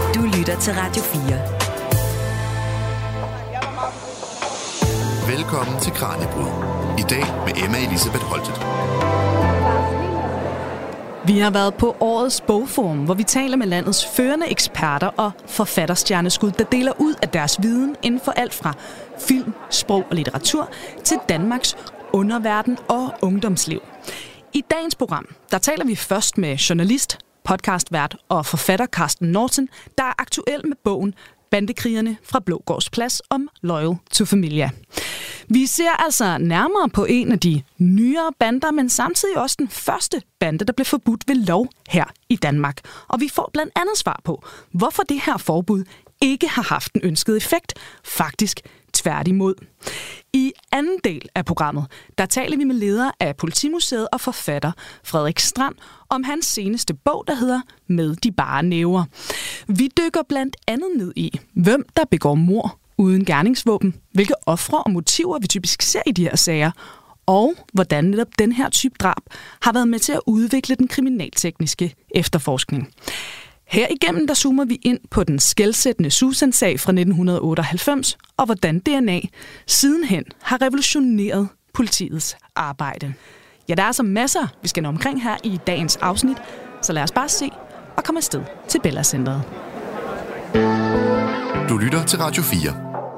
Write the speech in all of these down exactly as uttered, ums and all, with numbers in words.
Du lytter til Radio fire. Velkommen til Kraniebrud. I dag med Emma Elisabeth Holtet. Vi har været på årets bogforum, hvor vi taler med landets førende eksperter og forfatterstjerneskud, der deler ud af deres viden inden for alt fra film, sprog og litteratur til Danmarks underverden og ungdomsliv. I dagens program, der taler vi først med journalist, podcastvært og forfatter Carsten Norton, der er aktuel med bogen Bandekrigerne fra Blågårds Plads om Loyal to Familia. Vi ser altså nærmere på en af de nyere bander, men samtidig også den første bande, der blev forbudt ved lov her i Danmark. Og vi får blandt andet svar på, hvorfor det her forbud ikke har haft den ønskede effekt, faktisk tværtimod. I anden del af programmet, der taler vi med leder af Politimuseet og forfatter Frederik Strand om hans seneste bog, der hedder Med de bare næver. Vi dykker blandt andet ned i, hvem der begår mord uden gerningsvåben, hvilke ofre og motiver vi typisk ser i de her sager, og hvordan netop den her type drab har været med til at udvikle den kriminaltekniske efterforskning. Her igennem der zoomer vi ind på den skelsættende Susan-sag fra nitten otteoghalvfems, og hvordan D N A sidenhen har revolutioneret politiets arbejde. Ja, der er så masser, vi skal nå omkring her i dagens afsnit, så lad os bare se og komme afsted til Bella Centeret. Du lytter til Radio fire.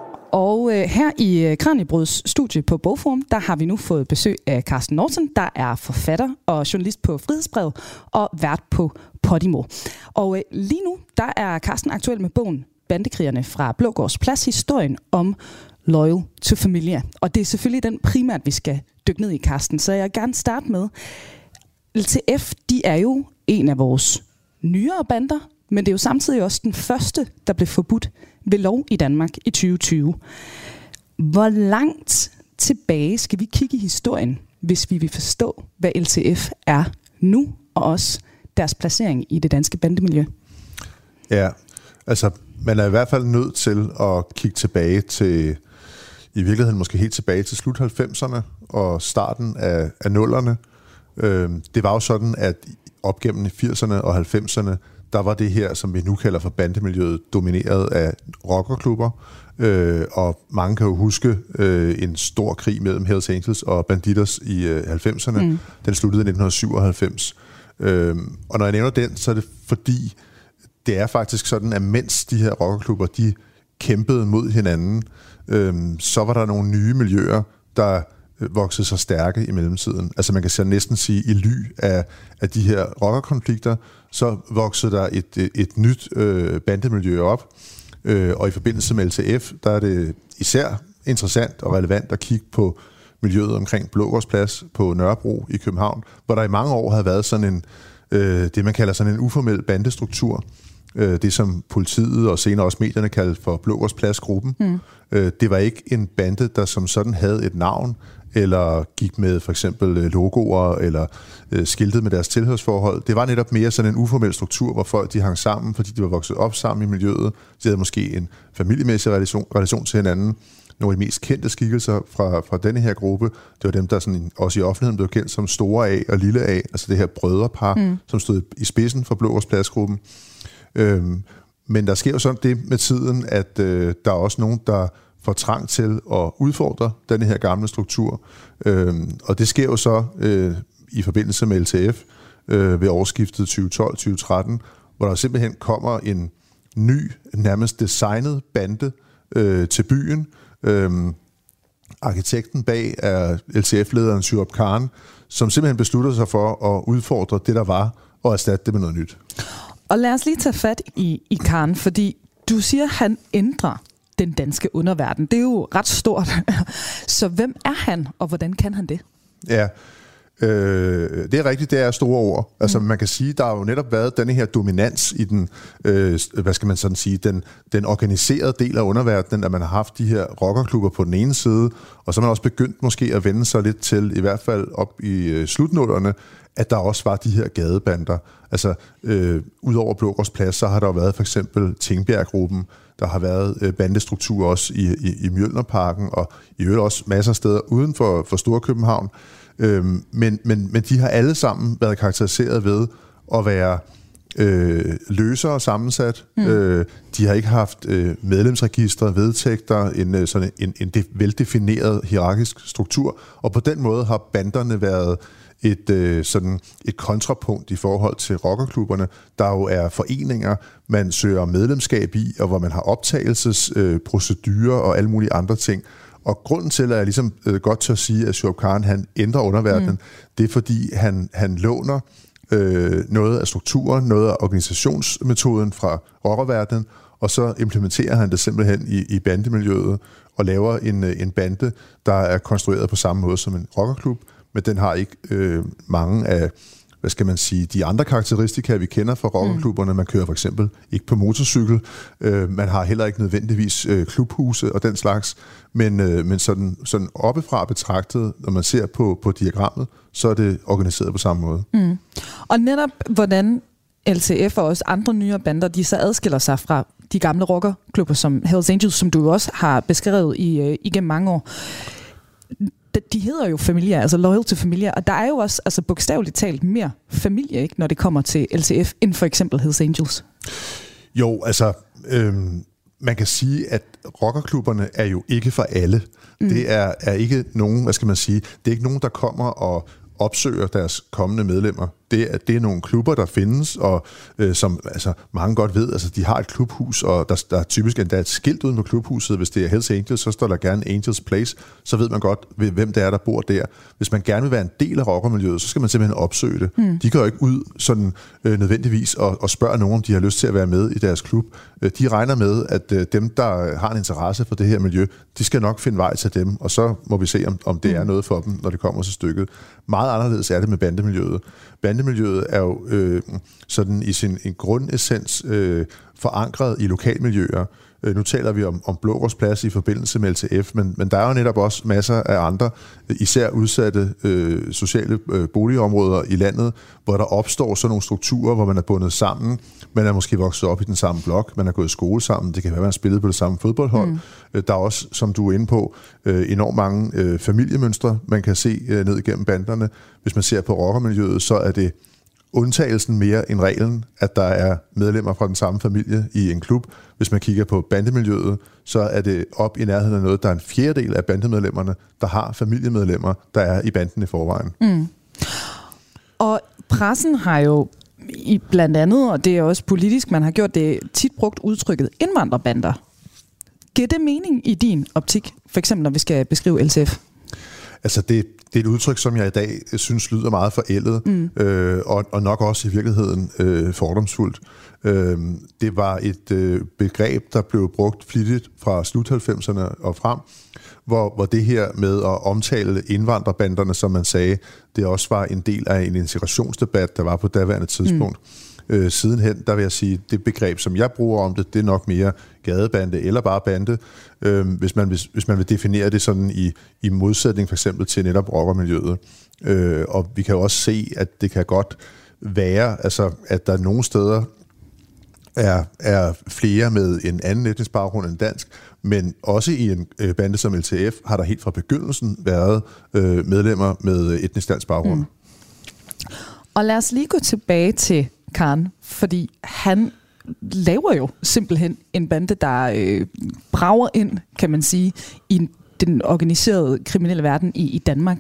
Og øh, her i øh, Kranjebruds studie på Bogforum, der har vi nu fået besøg af Carsten Norton, der er forfatter og journalist på Frihedsbrevet og vært på Podimo. Og øh, lige nu, der er Carsten aktuel med bogen Bandekrigerne fra Blågårds Plads, historien om Loyal to Familia. Og det er selvfølgelig den primært, vi skal dykke ned i, Carsten. Så jeg vil gerne starte med, L T F, de er jo en af vores nyere bander, men det er jo samtidig også den første, der blev forbudt ved lov i Danmark i tyve tyve. Hvor langt tilbage skal vi kigge i historien, hvis vi vil forstå, hvad L T F er nu, og også deres placering i det danske bandemiljø? Ja, altså man er i hvert fald nødt til at kigge tilbage til, i virkeligheden måske helt tilbage til slut halvfemserne og starten af, af nullerne. Øh, det var jo sådan, at op gennem firserne og halvfemserne, der var det her, som vi nu kalder for bandemiljøet, domineret af rockerklubber. Øh, og mange kan jo huske øh, en stor krig mellem Hells Angels og Bandidos i øh, halvfemserne. Mm. Den sluttede i nitten syvoghalvfems. Øh, og når jeg nævner den, så er det fordi, det er faktisk sådan, at mens de her rockerklubber, de kæmpede mod hinanden, øh, så var der nogle nye miljøer, der voksede sig stærke i mellemtiden. Altså man kan så næsten sige, i ly af, af de her rockerkonflikter, så voksede der et, et, et nyt øh, bandemiljø op. Øh, og i forbindelse med L T F, der er det især interessant og relevant at kigge på miljøet omkring Blågårds Plads på Nørrebro i København, hvor der i mange år havde været sådan en, øh, det man kalder sådan en uformel bandestruktur. Øh, det som politiet og senere også medierne kaldte for Blågårds Plads-gruppen. Mm. Øh, det var ikke en bande, der som sådan havde et navn, eller gik med for eksempel logoer, eller øh, skiltede med deres tilhørsforhold. Det var netop mere sådan en uformel struktur, hvor folk de hang sammen, fordi de var vokset op sammen i miljøet. De havde måske en familiemæssig relation, relation til hinanden. Nogle af de mest kendte skikkelser fra, fra denne her gruppe, det var dem, der sådan, også i offentligheden blev kendt som Store A og Lille A, altså det her brødrepar, mm. som stod i spidsen for Blågårds Plads-gruppen. Øhm, men der sker jo sådan det med tiden, at øh, der er også nogen, der får trang til at udfordre denne her gamle struktur. Øhm, og det sker jo så øh, i forbindelse med L T F øh, ved årsskiftet tyve tolv tyve tretten, hvor der simpelthen kommer en ny, nærmest designet bande øh, til byen. Øhm, arkitekten bag er L T F-lederen Syrup Khan, som simpelthen beslutter sig for at udfordre det, der var, og erstatte det med noget nyt. Og lad os lige tage fat i, i Khan, fordi du siger, at han ændrer den danske underverden. Det er jo ret stort. Så hvem er han, og hvordan kan han det? Ja, øh, det er rigtigt, det er store ord. Altså mm. man kan sige, der har jo netop været denne her dominans i den, øh, hvad skal man sådan sige, den, den organiserede del af underverdenen, at man har haft de her rockerklubber på den ene side, og så har man også begyndt måske at vende sig lidt til, i hvert fald op i øh, slutnullerne, at der også var de her gadebander. Altså, øh, udover Blågårds Plads, så har der jo været for eksempel Tingbjerg-gruppen, der har været øh, bandestruktur også i, i, i Mjølnerparken, og i øvrigt også masser af steder uden for, for Storkøbenhavn. Øh, men, men, men de har alle sammen været karakteriseret ved at være øh, løsere sammensat. Mm. Øh, de har ikke haft øh, medlemsregistre, vedtægter, en, øh, sådan en, en de, veldefineret hierarkisk struktur, og på den måde har banderne været et, øh, sådan et kontrapunkt i forhold til rockerklubberne, der jo er foreninger, man søger medlemskab i, og hvor man har optagelsesprocedurer øh, og alle mulige andre ting. Og grunden til, at jeg ligesom øh, godt tør at sige, at Shuaib Khan han ændrer underverdenen, mm. det er fordi, han, han låner øh, noget af strukturen, noget af organisationsmetoden fra rockerverdenen, og så implementerer han det simpelthen i, i bandemiljøet og laver en, en bande, der er konstrueret på samme måde som en rockerklub, men den har ikke øh, mange af, hvad skal man sige, de andre karakteristika, vi kender fra rockerklubberne. Man kører for eksempel ikke på motorcykel, øh, man har heller ikke nødvendigvis øh, klubhuse og den slags, men, øh, men sådan, sådan oppefra betragtet, når man ser på, på diagrammet, så er det organiseret på samme måde. Mm. Og netop hvordan L T F og også andre nyere bander, de så adskiller sig fra de gamle rockerklubber som Hells Angels, som du også har beskrevet i, øh, igennem mange år. De hedder jo Familia, altså Loyal to Familia, og der er jo også altså bogstaveligt talt mere familie, ikke, når det kommer til L T F, end for eksempel Hells Angels. Jo, altså, øhm, man kan sige, at rockerklubberne er jo ikke for alle. Mm. Det er, er ikke nogen, hvad skal man sige, det er ikke nogen, der kommer og opsøger deres kommende medlemmer. Det er, det er nogle klubber, der findes, og øh, som altså, mange godt ved, altså de har et klubhus, og der, der er typisk endda et skilt uden på klubhuset. Hvis det er Hells Angels, så står der gerne Angels Place, så ved man godt, hvem det er, der bor der. Hvis man gerne vil være en del af rockermiljøet, så skal man simpelthen opsøge det. Mm. De går jo ikke ud sådan øh, nødvendigvis og, og spørger nogen, om de har lyst til at være med i deres klub. Øh, de regner med, at øh, dem, der har en interesse for det her miljø, de skal nok finde vej til dem, og så må vi se, om, om det er noget for dem, når det kommer til stykket. Meget anderledes er det med bandemiljøet. Bandemiljøet er jo øh, sådan i sin en grundessens øh, forankret i lokalmiljøer. Øh, nu taler vi om, om Blågårds Plads i forbindelse med L T F, men, men der er jo netop også masser af andre, især udsatte øh, sociale øh, boligområder i landet, hvor der opstår sådan nogle strukturer, hvor man er bundet sammen. Man er måske vokset op i den samme blok, man er gået i skole sammen, det kan være, at man har spillet på det samme fodboldhold. Mm. Øh, der er også, som du er inde på, øh, enormt mange øh, familiemønstre, man kan se øh, ned igennem banderne. Hvis man ser på rockermiljøet, så er det undtagelsen mere end reglen, at der er medlemmer fra den samme familie i en klub. Hvis man kigger på bandemiljøet, så er det op i nærheden af noget, der er en fjerdedel af bandemedlemmerne, der har familiemedlemmer, der er i banden i forvejen. Mm. Og pressen har jo i blandt andet, og det er også politisk, man har gjort det tit brugt udtrykket indvandrerbander. Giver det mening i din optik, for eksempel når vi skal beskrive L T F? Altså det, det er et udtryk, som jeg i dag synes lyder meget forældet, mm. øh, og, og nok også i virkeligheden øh, fordomsfuldt. Øh, det var et øh, begreb, der blev brugt flittigt fra slut halvfemserne og frem, hvor, hvor det her med at omtale indvandrerbanderne, som man sagde, det også var en del af en integrationsdebat, der var på daværende tidspunkt. Mm. Øh, sidenhen, der vil jeg sige, det begreb, som jeg bruger om det, det er nok mere gadebande eller bare bande, øh, hvis, man, hvis, hvis man vil definere det sådan i, i modsætning for eksempel til netop rockermiljøet. Øh, og vi kan jo også se, at det kan godt være, altså, at der nogle steder er, er flere med en anden etnisk baggrund end dansk, men også i en øh, bande som L T F har der helt fra begyndelsen været øh, medlemmer med etnisk dansk baggrund. Mm. Og lad os lige gå tilbage til Khan, fordi han laver jo simpelthen en bande, der øh, brager ind, kan man sige, i den organiserede kriminelle verden i, i Danmark.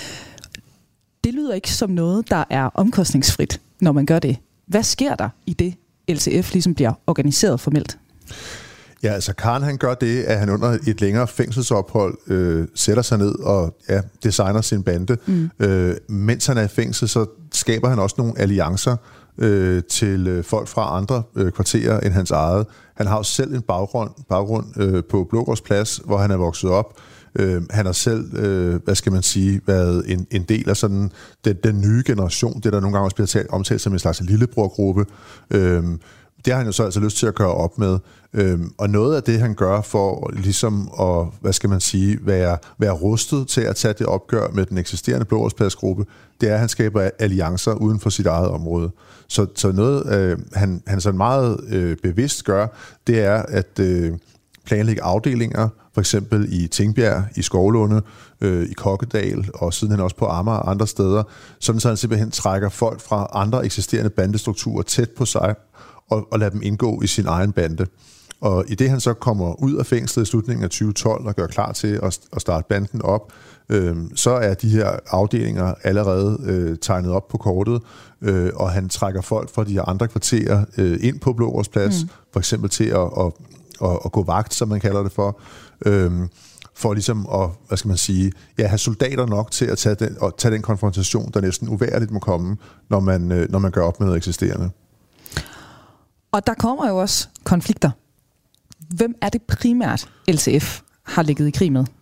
Det lyder ikke som noget, der er omkostningsfrit, når man gør det. Hvad sker der i det, L T F ligesom bliver organiseret formelt? Ja, altså Khan han gør det, at han under et længere fængselsophold øh, sætter sig ned og ja, designer sin bande. Mm. Øh, mens han er i fængsel, så skaber han også nogle alliancer øh, til øh, folk fra andre øh, kvarterer end hans eget. Han har jo selv en baggrund, baggrund øh, på Blågårds Plads, hvor han er vokset op. Øh, han har selv, øh, hvad skal man sige, været en, en del af sådan den, den nye generation, det der nogle gange også bliver talt, omtalt som en slags lillebrorgruppe. Øh, Det har han jo så altså lyst til at gøre op med. Øhm, og noget af det, han gør for ligesom at, hvad skal man sige, være, være rustet til at tage det opgør med den eksisterende Blågårdspladsgruppe, det er, at han skaber alliancer uden for sit eget område. Så, så noget, øh, han, han sådan meget øh, bevidst gør, det er, at øh, planlægge afdelinger, for eksempel i Tingbjerg, i Skovlunde, øh, i Kokkedal og sidenhen også på Amager og andre steder, sådan så han simpelthen trækker folk fra andre eksisterende bandestrukturer tæt på sig og, og lader dem indgå i sin egen bande. Og i det han så kommer ud af fængslet i slutningen af tyve tolv og gør klar til at, at starte banden op, øh, så er de her afdelinger allerede øh, tegnet op på kortet, øh, og han trækker folk fra de her andre kvarterer øh, ind på Blågårdsplads, mm. for eksempel til at, at, at, at gå vagt, som man kalder det for, øh, for ligesom at, hvad skal man sige, ja, have soldater nok til at tage den, at tage den konfrontation, der næsten uværligt må komme, når man, øh, når man gør op med noget eksisterende. Og der kommer jo også konflikter. Hvem er det primært, L T F har ligget i krig med?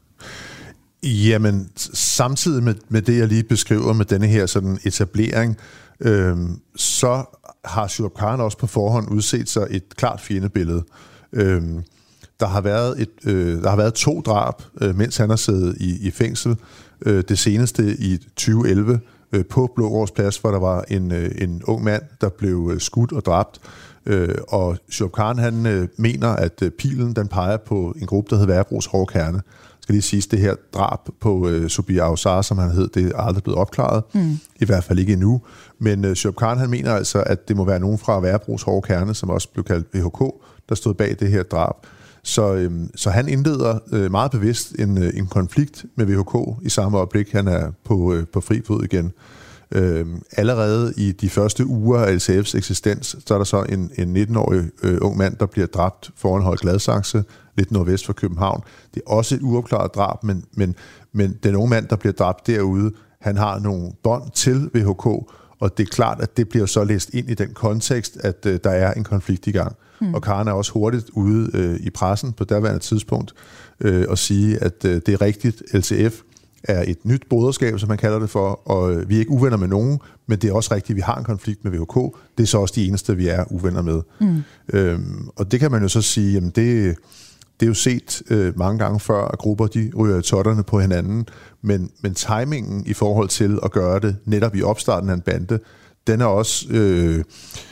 Jamen, samtidig med, med det, jeg lige beskriver med denne her sådan etablering, øh, så har Shuaib Khan også på forhånd udset sig et klart fjendebillede. Øh, der, har været et, øh, der har været to drab, øh, mens han har siddet i, i fængsel. Øh, det seneste i tyve elleve øh, på Blågårdsplads, hvor der var en, øh, en ung mand, der blev øh, skudt og dræbt. Øh, og Shuaib Khan, han øh, mener, at øh, pilen den peger på en gruppe, der hedder Værebros Hårde Kerne. Skal lige siges, det her drab på øh, Subir Awsar, som han hed, det er aldrig blevet opklaret. Mm. I hvert fald ikke endnu. Men øh, Shuaib Khan, han mener altså, at det må være nogen fra Værebros Hårde Kerne, som også blev kaldt V H K, der stod bag det her drab. Så, øh, så han indleder øh, meget bevidst en, øh, en konflikt med V H K i samme øjeblik, han er på, øh, på fri fod igen. Øh, allerede i de første uger af L T F's eksistens, så er der så en, en nitten-årig øh, ung mand, der bliver dræbt foran Høje Gladsaxe, lidt nordvest for København. Det er også et uopklaret drab, men, men, men den unge mand, der bliver dræbt derude, han har nogle bånd til V H K, og det er klart, at det bliver så læst ind i den kontekst, at øh, der er en konflikt i gang. Mm. Og Khan er også hurtigt ude øh, i pressen på derværende tidspunkt øh, og sige, at øh, det er rigtigt, L T F er et nyt broderskab, som man kalder det for, og vi er ikke uvenner med nogen, men det er også rigtigt, at vi har en konflikt med V H K. Det er så også de eneste, vi er uvenner med. Mm. Øhm, og det kan man jo så sige, jamen det, det er jo set øh, mange gange før, at grupper de ryger i totterne på hinanden, men, men timingen i forhold til at gøre det netop i opstarten af en bande, den er også, øh,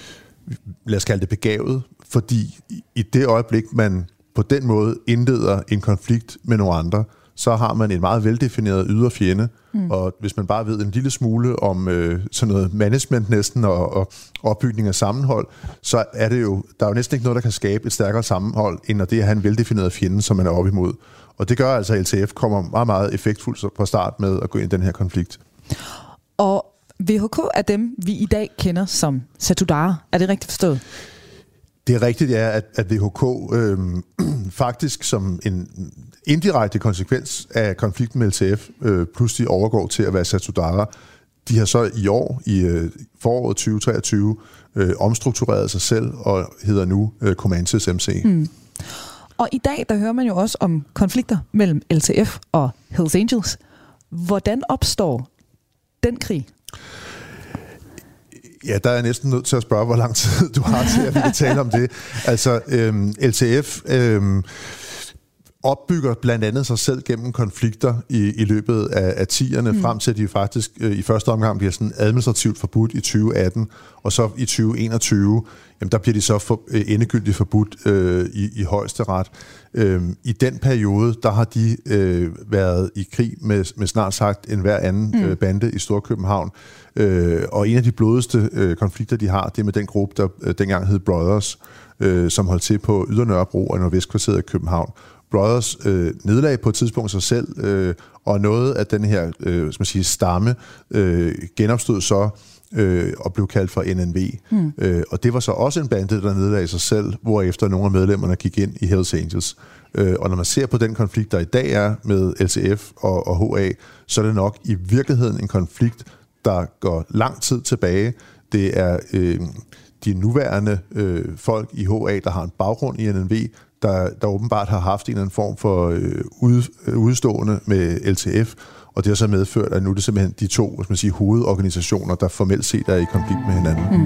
lad os kalde det begavet, fordi i, i det øjeblik, man på den måde indleder en konflikt med nogle andre, så har man en meget veldefineret ydre fjende, mm. og hvis man bare ved en lille smule om øh, sådan noget management næsten og, og opbygning af sammenhold, så er det jo, der er jo næsten ikke noget, der kan skabe et stærkere sammenhold, end at det er at have en veldefineret fjende, som man er op imod. Og det gør altså, at L T F kommer meget, meget effektfuldt på start med at gå ind i den her konflikt. Og V H K er dem, vi i dag kender som Satudarah. Er det rigtigt forstået? Det er rigtigt, ja, at, at V H K øh, faktisk som en indirekte konsekvens af konflikten med L T F øh, pludselig overgår til at være Satudarah. De har så i år, i øh, foråret tyve treogtyve, øh, omstruktureret sig selv og hedder nu øh, Comanches M C. Mm. Og i dag, der hører man jo også om konflikter mellem L T F og Hells Angels. Hvordan opstår den krig? Ja, der er jeg næsten nødt til at spørge, hvor lang tid du har til, at vi kan tale om det. Altså, øhm, L T F øhm, opbygger blandt andet sig selv gennem konflikter i, i løbet af, af tierne, mm. frem til at de faktisk øh, i første omgang bliver sådan administrativt forbudt i tyve atten, og så i tyve enogtyve, jamen, der bliver de så for, øh, endegyldigt forbudt øh, i, i højesteret. Øh, I den periode, der har de øh, været i krig med, med snart sagt en hver anden mm. øh, bande i Storkøbenhavn, øh, og en af de blodigste øh, konflikter, de har, det er med den gruppe, der øh, dengang hed Brothers, øh, som holdt til på Ydre Nørrebro og Nordvestkvarteret i København. Brothers øh, nedlagde på et tidspunkt sig selv, øh, og noget af den her øh, skal man sige, stamme øh, genopstod så øh, og blev kaldt for N N V. Mm. Øh, og det var så også en bande, der nedlagde sig selv, hvorefter nogle af medlemmerne gik ind i Hells Angels. Øh, og når man ser på den konflikt, der i dag er med L T F og, og H A, så er det nok i virkeligheden en konflikt, der går lang tid tilbage. Det er øh, de nuværende øh, folk i H A, der har en baggrund i N N V, Der, der åbenbart har haft en eller anden form for øh, ud, øh, udstående med L T F, og det har så medført, at nu er det simpelthen de to hvad skal man sige, hovedorganisationer, der formelt set er i konflikt med hinanden. Mm.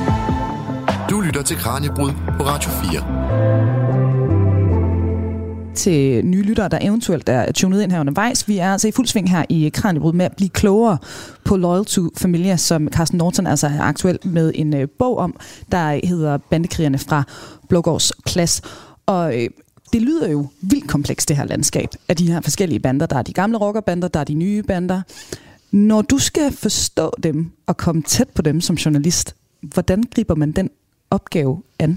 Du lytter til Kraniebrud på Radio fire. til nye lyttere, der eventuelt er tunet ind her undervejs. Vi er altså i fuld sving her i Kraniebrud med at blive klogere på Loyal to Familia, som Carsten Norton altså er aktuel med en øh, bog om, der hedder Bandekrigerne fra Blågårds Plads. Og øh, det lyder jo vildt komplekst, det her landskab af de her forskellige bander. Der er de gamle rockerbander, der er de nye bander. Når du skal forstå dem og komme tæt på dem som journalist, hvordan griber man den opgave an?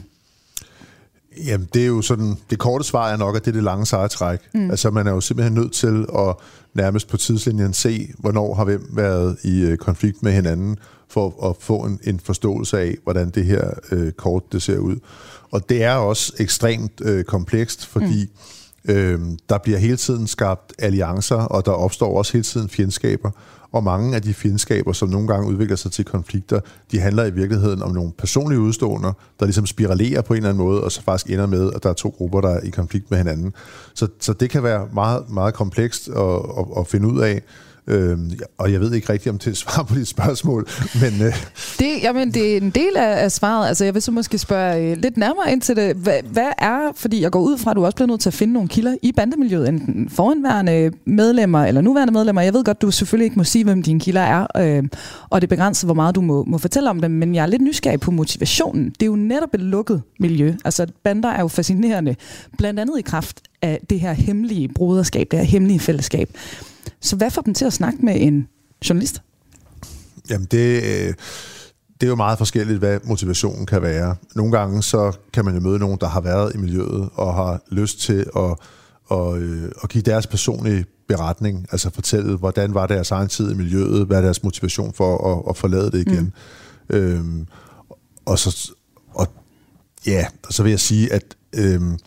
Jamen, det er jo sådan, det korte svar er nok, at det er det lange seje træk. Mm. Altså, man er jo simpelthen nødt til at nærmest på tidslinjen se, hvornår har hvem været i øh, konflikt med hinanden, for at få en, en forståelse af, hvordan det her øh, kort det ser ud. Og det er også ekstremt øh, komplekst, fordi mm. øh, der bliver hele tiden skabt alliancer, og der opstår også hele tiden fjendskaber. Og mange af de fjendskaber, som nogle gange udvikler sig til konflikter, de handler i virkeligheden om nogle personlige udståender, der ligesom spiralerer på en eller anden måde, og så faktisk ender med, at der er to grupper, der er i konflikt med hinanden. Så, så det kan være meget, meget komplekst at, at, at finde ud af. Øhm, og jeg ved ikke rigtigt, om det er et svar på dit spørgsmål, men... Øh. Det, jamen, det er en del af, af svaret. Altså, jeg vil så måske spørge øh, lidt nærmere ind til det. Hvad, hvad er, fordi jeg går ud fra, at du også bliver nødt til at finde nogle kilder i bandemiljøet, enten foranværende medlemmer eller nuværende medlemmer. Jeg ved godt, du selvfølgelig ikke må sige, hvem dine kilder er, øh, og det begrænser, hvor meget du må, må fortælle om dem, men jeg er lidt nysgerrig på motivationen. Det er jo netop et lukket miljø. Altså, bander er jo fascinerende, blandt andet i kraft af det her hemmelige broderskab, det her hemmelige fællesskab. Så hvad får dem til at snakke med en journalist? Jamen, det, det er jo meget forskelligt, hvad motivationen kan være. Nogle gange så kan man jo møde nogen, der har været i miljøet og har lyst til at, at, at give deres personlige beretning, altså fortælle, hvordan var deres egen tid i miljøet, hvad er deres motivation for at, at forlade det igen. Mm. Øhm, og så og, ja, så vil jeg sige, at øhm,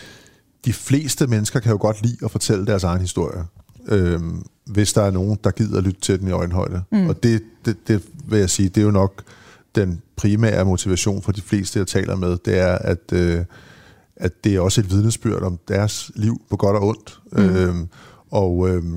de fleste mennesker kan jo godt lide at fortælle deres egen historie. Øhm, hvis der er nogen, der gider at lytte til den i øjenhøjde. Mm. Og det, det, det vil jeg sige, det er jo nok den primære motivation for de fleste, jeg taler med, det er, at, øh, at det er også et vidnesbyrd om deres liv på godt og ondt. Mm. Øhm, og øhm,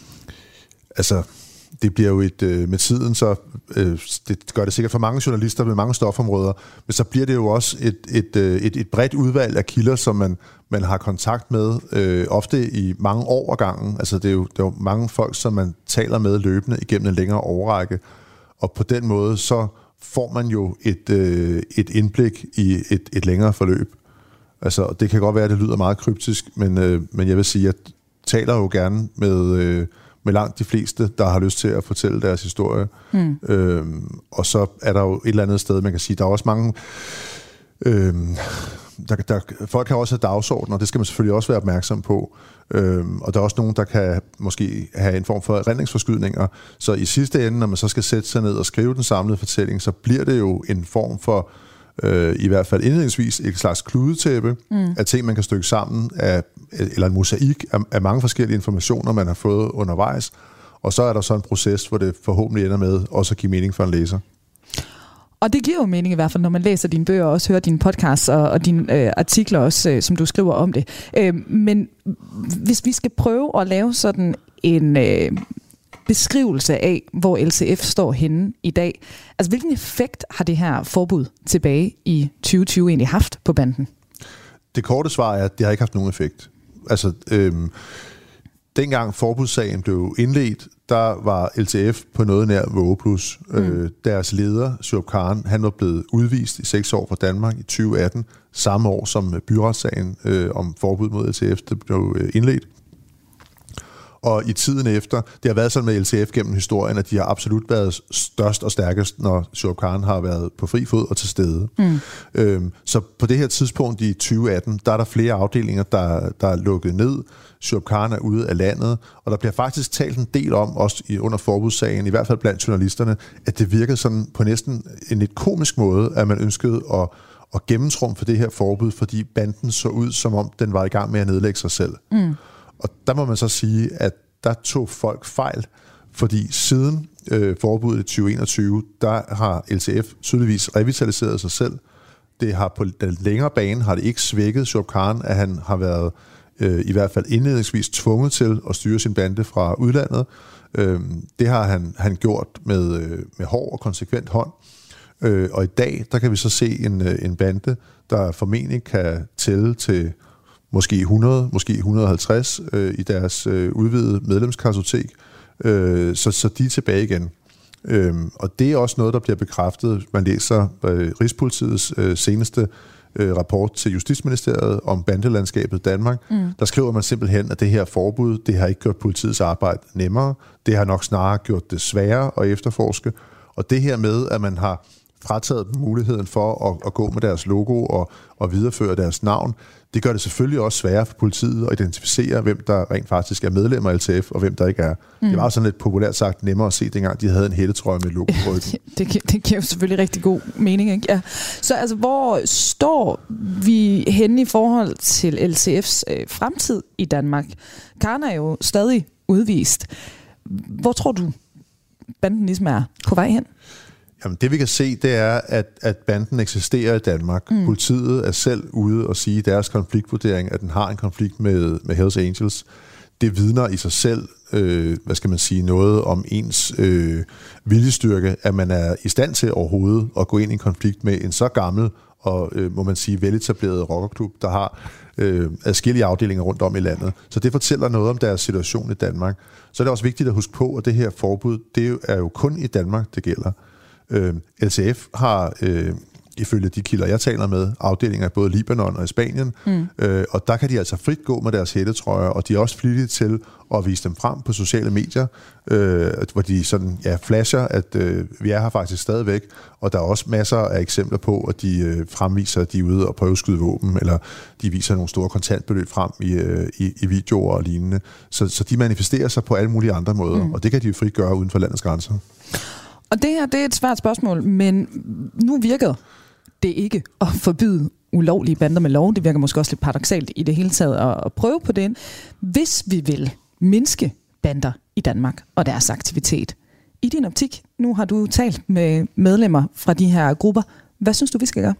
altså, det bliver jo et, øh, med tiden, så øh, det gør det sikkert for mange journalister med mange stofområder, men så bliver det jo også et, et, et, et bredt udvalg af kilder, som man, man har kontakt med, øh, ofte i mange år ad gangen. Altså det er, jo, det er jo mange folk, som man taler med løbende igennem en længere årrække, og på den måde, så får man jo et, øh, et indblik i et, et længere forløb. Altså, det kan godt være, at det lyder meget kryptisk, men, øh, men jeg vil sige, at jeg taler jo gerne med... Øh, med langt de fleste, der har lyst til at fortælle deres historie. Mm. Øhm, og så er der jo et eller andet sted, man kan sige, der er også mange... Øhm, der, der, folk kan også have dagsordner, og det skal man selvfølgelig også være opmærksom på. Øhm, og der er også nogen, der kan måske have en form for erindringsforskydninger. Så i sidste ende, når man så skal sætte sig ned og skrive den samlede fortælling, så bliver det jo en form for, øh, i hvert fald indledningsvis, et slags kludetæppe mm. af ting, man kan stykke sammen, af, eller en mosaik af, af mange forskellige informationer, man har fået undervejs. Og så er der så en proces, hvor det forhåbentlig ender med også at give mening for en læser. Og det giver jo mening i hvert fald, når man læser dine bøger og også hører dine podcasts og, og dine øh, artikler også, øh, som du skriver om det. Øh, men hvis vi skal prøve at lave sådan en øh, beskrivelse af, hvor L C F står henne i dag, altså hvilken effekt har det her forbud tilbage i tyve tyve egentlig haft på banden? Det korte svar er, at det har ikke haft nogen effekt. Altså, øh, dengang forbudssagen blev indledt, der var L T F på noget nær vågeplus. Mm. Øh, deres leder, Shuaib Khan, han var blevet udvist i seks år fra Danmark i tyve atten, samme år som byretssagen øh, om forbud mod L T F det blev øh, indledt. Og i tiden efter, det har været sådan med L T F gennem historien, at de har absolut været størst og stærkest, når Shuaib Khan har været på fri fod og til stede. Mm. Øhm, så på det her tidspunkt i tyve atten, der er der flere afdelinger, der, der er lukket ned. Shuaib Khan er ude af landet, og der bliver faktisk talt en del om, også i, under forbudssagen, i hvert fald blandt journalisterne, at det virkede sådan på næsten en lidt komisk måde, at man ønskede at, at gennemtrumfe for det her forbud, fordi banden så ud, som om den var i gang med at nedlægge sig selv. Mm. Og der må man så sige, at der tog folk fejl, fordi siden øh, forbuddet i tyve enogtyve, der har L T F tydeligvis revitaliseret sig selv. Det har på den længere bane har det ikke svækket Shuaib Khan, at han har været øh, i hvert fald indledningsvis tvunget til at styre sin bande fra udlandet. Øh, det har han, han gjort med, øh, med hård og konsekvent hånd. Øh, og i dag, der kan vi så se en, en bande, der formentlig kan tælle til måske hundrede, måske et hundrede og halvtreds øh, i deres øh, udvidede medlemskartotek, øh, så, så de er tilbage igen. Øhm, og det er også noget, der bliver bekræftet. Man læser øh, Rigspolitiets øh, seneste øh, rapport til Justitsministeriet om bandelandskabet i Danmark. Mm. Der skriver man simpelthen, at det her forbud, det har ikke gjort politiets arbejde nemmere. Det har nok snarere gjort det sværere at efterforske. Og det her med, at man har frataget dem muligheden for at, at gå med deres logo og, og videreføre deres navn, det gør det selvfølgelig også sværere for politiet at identificere, hvem der rent faktisk er medlemmer af L T F, og hvem der ikke er. Mm. Det var sådan lidt populært sagt nemmere at se, dengang de havde en hættetrøje med logo på ryggen. det, det giver jo selvfølgelig rigtig god mening, ikke? Ja. Så altså, hvor står vi henne i forhold til L T F's øh, fremtid i Danmark? Karen er jo stadig udvist. Hvor tror du, banden ligesom er på vej hen? Jamen, det vi kan se, det er, at, at banden eksisterer i Danmark. Mm. Politiet er selv ude og sige i deres konfliktvurdering, at den har en konflikt med, med Hells Angels. Det vidner i sig selv, øh, hvad skal man sige, noget om ens øh, viljestyrke, at man er i stand til overhovedet at gå ind i en konflikt med en så gammel og, øh, må man sige, veletableret rockerklub, der har øh, adskillige afdelinger rundt om i landet. Så det fortæller noget om deres situation i Danmark. Så er det også vigtigt at huske på, at det her forbud, det er jo kun i Danmark, det gælder. Øh, L T F har, øh, ifølge de kilder, jeg taler med, afdelinger i både Libanon og i Spanien, mm. øh, og der kan de altså frit gå med deres hættetrøjer, og de er også flittige til at vise dem frem på sociale medier, øh, hvor de sådan, ja, flasher, at øh, vi er her faktisk stadigvæk, og der er også masser af eksempler på, at de øh, fremviser, at de er ude og prøve at skyde våben, eller de viser nogle store kontantbeløb frem i, øh, i, i videoer og lignende. Så, så de manifesterer sig på alle mulige andre måder, mm. og det kan de jo frit gøre uden for landets grænser. Og det her, det er et svært spørgsmål, men nu virker det ikke at forbyde ulovlige bander med lov. Det virker måske også lidt paradoksalt i det hele taget at, at prøve på det. Hvis vi vil mindske bander i Danmark og deres aktivitet. I din optik, nu har du talt med medlemmer fra de her grupper. Hvad synes du, vi skal gøre?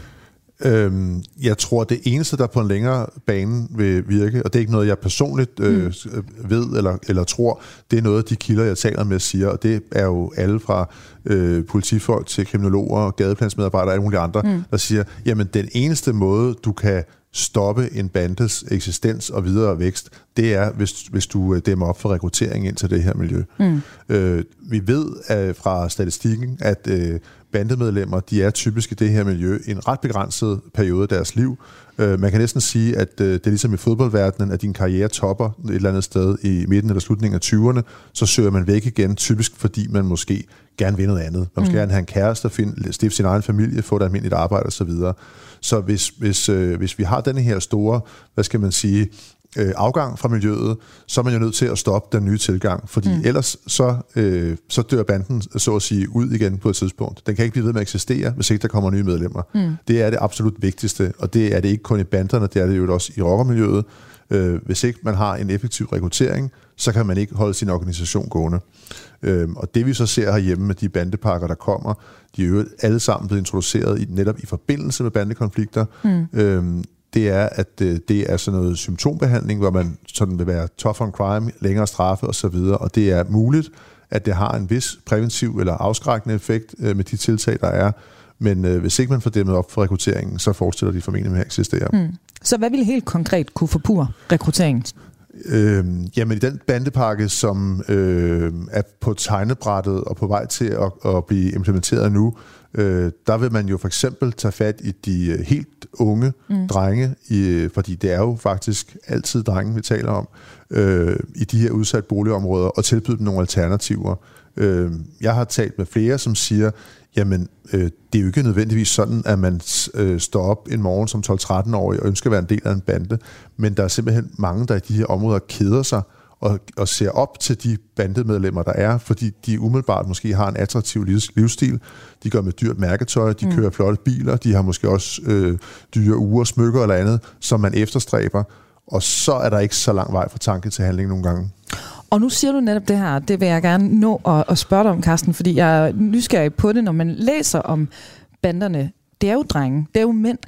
Øhm, jeg tror, det eneste, der på en længere bane vil virke, og det er ikke noget, jeg personligt øh, mm. ved eller, eller tror, det er noget, de kilder, jeg taler med, siger, og det er jo alle fra øh, politifolk til kriminologer, gadeplansmedarbejdere og alle mulige andre, mm. der siger, jamen den eneste måde, du kan stoppe en bandes eksistens og videre vækst, det er, hvis, hvis du dæmmer op for rekruttering ind til det her miljø. Mm. Øh, vi ved uh, fra statistikken, at uh, bandemedlemmer, de er typisk i det her miljø i en ret begrænset periode af deres liv. Uh, man kan næsten sige, at uh, det er ligesom i fodboldverdenen, at din karriere topper et eller andet sted i midten eller slutningen af tyverne, så søger man væk igen, typisk fordi man måske gerne vil noget andet. Man måske mm. gerne have en kæreste, finde, stifte sin egen familie, få et almindeligt arbejde osv. Så hvis, hvis, øh, hvis vi har denne her store, hvad skal man sige, øh, afgang fra miljøet, så er man jo nødt til at stoppe den nye tilgang, fordi mm. ellers så, øh, så dør banden, så at sige, ud igen på et tidspunkt. Den kan ikke blive ved med at eksistere, hvis ikke der kommer nye medlemmer. Mm. Det er det absolut vigtigste, og det er det ikke kun i banderne, det er det jo også i rockermiljøet. Øh, hvis ikke man har en effektiv rekruttering, så kan man ikke holde sin organisation gående. Øhm, og det vi så ser herhjemme med de bandepakker, der kommer, de er jo alle sammen blevet introduceret i, netop i forbindelse med bandekonflikter. Mm. Øhm, det er, at øh, det er sådan noget symptombehandling, hvor man sådan vil være tough on crime, længere straffe osv., og det er muligt, at det har en vis præventiv eller afskrækkende effekt øh, med de tiltag, der er. Men øh, hvis ikke man får dæmmet op for rekrutteringen, så forestiller de formentlig med at eksistere. Mm. Så hvad ville helt konkret kunne forpurre rekrutteringen? Øh, jamen i den bandepakke, som øh, er på tegnebrættet og på vej til at, at blive implementeret nu, øh, der vil man jo for eksempel tage fat i de helt unge mm. drenge, i, fordi det er jo faktisk altid drenge, vi taler om, øh, i de her udsatte boligområder, og tilbyde dem nogle alternativer. Øh, jeg har talt med flere, som siger, jamen, øh, det er jo ikke nødvendigvis sådan, at man øh, står op en morgen som tolv-tretten-årig og ønsker at være en del af en bande, men der er simpelthen mange, der i de her områder keder sig og, og ser op til de bandemedlemmer, der er, fordi de umiddelbart måske har en attraktiv livs, livsstil. De går med dyrt mærketøj, de mm. kører flotte biler, de har måske også øh, dyre uger, smykker eller andet, som man efterstræber, og så er der ikke så lang vej fra tanke til handling nogle gange. Og nu siger du netop det her, det vil jeg gerne nå at, at spørge dig om, Carsten, fordi jeg er nysgerrig på det, når man læser om banderne. Det er jo drenge, det er jo mænd.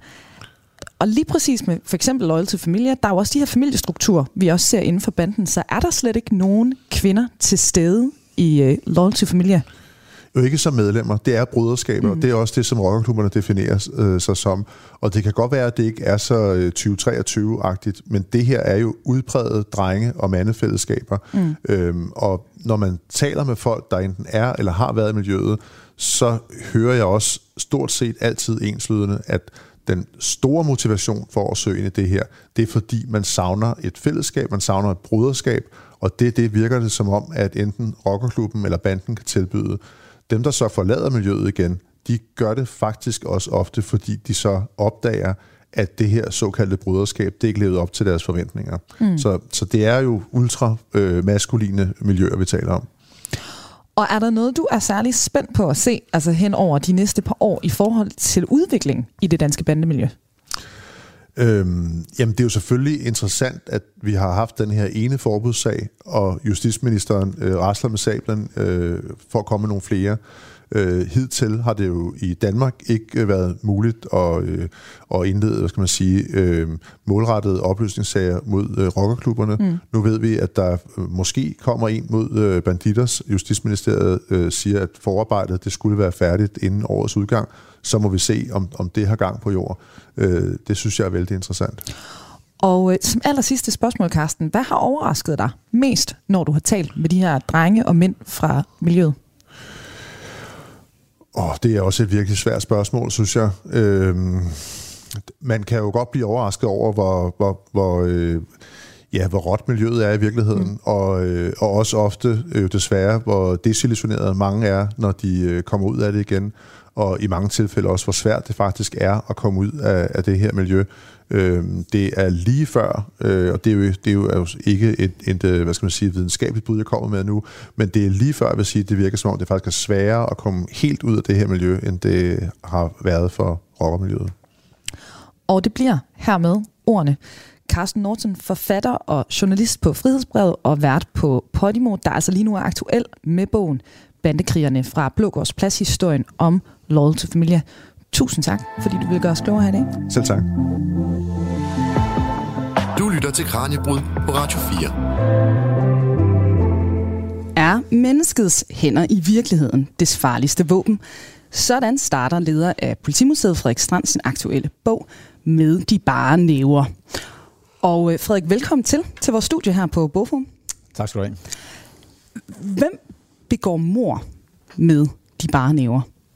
Og lige præcis med for eksempel Loyal to Familia, der er jo også de her familiestrukturer, vi også ser inden for banden, så er der slet ikke nogen kvinder til stede i uh, Loyal to Familia? Jo ikke som medlemmer, det er broderskaber, mm. og det er også det, som rockerklubberne definerer øh, sig som. Og det kan godt være, at det ikke er så øh, tyve treogtyve-agtigt, men det her er jo udpræget drenge- og mandefællesskaber. Mm. Øhm, og når man taler med folk, der enten er eller har været i miljøet, så hører jeg også stort set altid enslydende, at den store motivation for at søge ind i det her, det er fordi, man savner et fællesskab, man savner et broderskab, og det, det virker det som om, at enten rockerklubben eller banden kan tilbyde. Dem, der så forlader miljøet igen, de gør det faktisk også ofte, fordi de så opdager, at det her såkaldte broderskab, det ikke levede op til deres forventninger. Mm. Så, så det er jo ultra øh, maskuline miljøer, vi taler om. Og er der noget, du er særlig spændt på at se, altså hen over de næste par år, i forhold til udvikling i det danske bandemiljø? Øhm, jamen, det er jo selvfølgelig interessant, at vi har haft den her ene forbudssag, og justitsministeren øh, rasler med sablen øh, for at komme med nogle flere. Øh, hidtil har det jo i Danmark ikke været muligt at, øh, at indlede, hvad skal man sige, øh, målrettede opløsningssager mod øh, rockerklubberne. Mm. Nu ved vi, at der øh, måske kommer en mod øh, Bandidos. Justitsministeriet øh, siger, at forarbejdet det skulle være færdigt inden årets udgang. Så må vi se, om, om det har gang på jord. Øh, det synes jeg er vældig interessant. Og øh, som aller sidste spørgsmål, Carsten, hvad har overrasket dig mest, når du har talt med de her drenge og mænd fra miljøet? Oh, det er også et virkelig svært spørgsmål, synes jeg. Øhm, man kan jo godt blive overrasket over, hvor, hvor, hvor, øh, ja, hvor råt miljøet er i virkeligheden, mm. og, øh, og også ofte øh, desværre, hvor desillusionerede mange er, når de øh, kommer ud af det igen, og i mange tilfælde også, hvor svært det faktisk er at komme ud af, af det her miljø. Øhm, det er lige før, øh, og det er jo, det er jo ikke et, et, hvad skal man sige, videnskabeligt bud, jeg kommer med nu, men det er lige før, jeg vil sige, det virker som om, det faktisk er sværere at komme helt ud af det her miljø, end det har været for rockermiljøet. Og det bliver hermed ordene. Carsten Norton, forfatter og journalist på Frihedsbrevet og vært på Podimo, der altså lige nu er aktuel med bogen Bandekrigerne fra Blågårds Plads, historien om Loyal to Familia. Tusind tak, fordi du vil gøre os klogere her i dag. Selv tak. Du lytter til Kraniebrud på Radio fire. Er menneskets hænder i virkeligheden dets farligste våben? Sådan starter leder af Politimuseet Frederik Strand sin aktuelle bog Med de bare næver. Og Frederik, velkommen til til vores studie her på Bogforum. Tak skal du have. Hvem begår mord med de bare næver?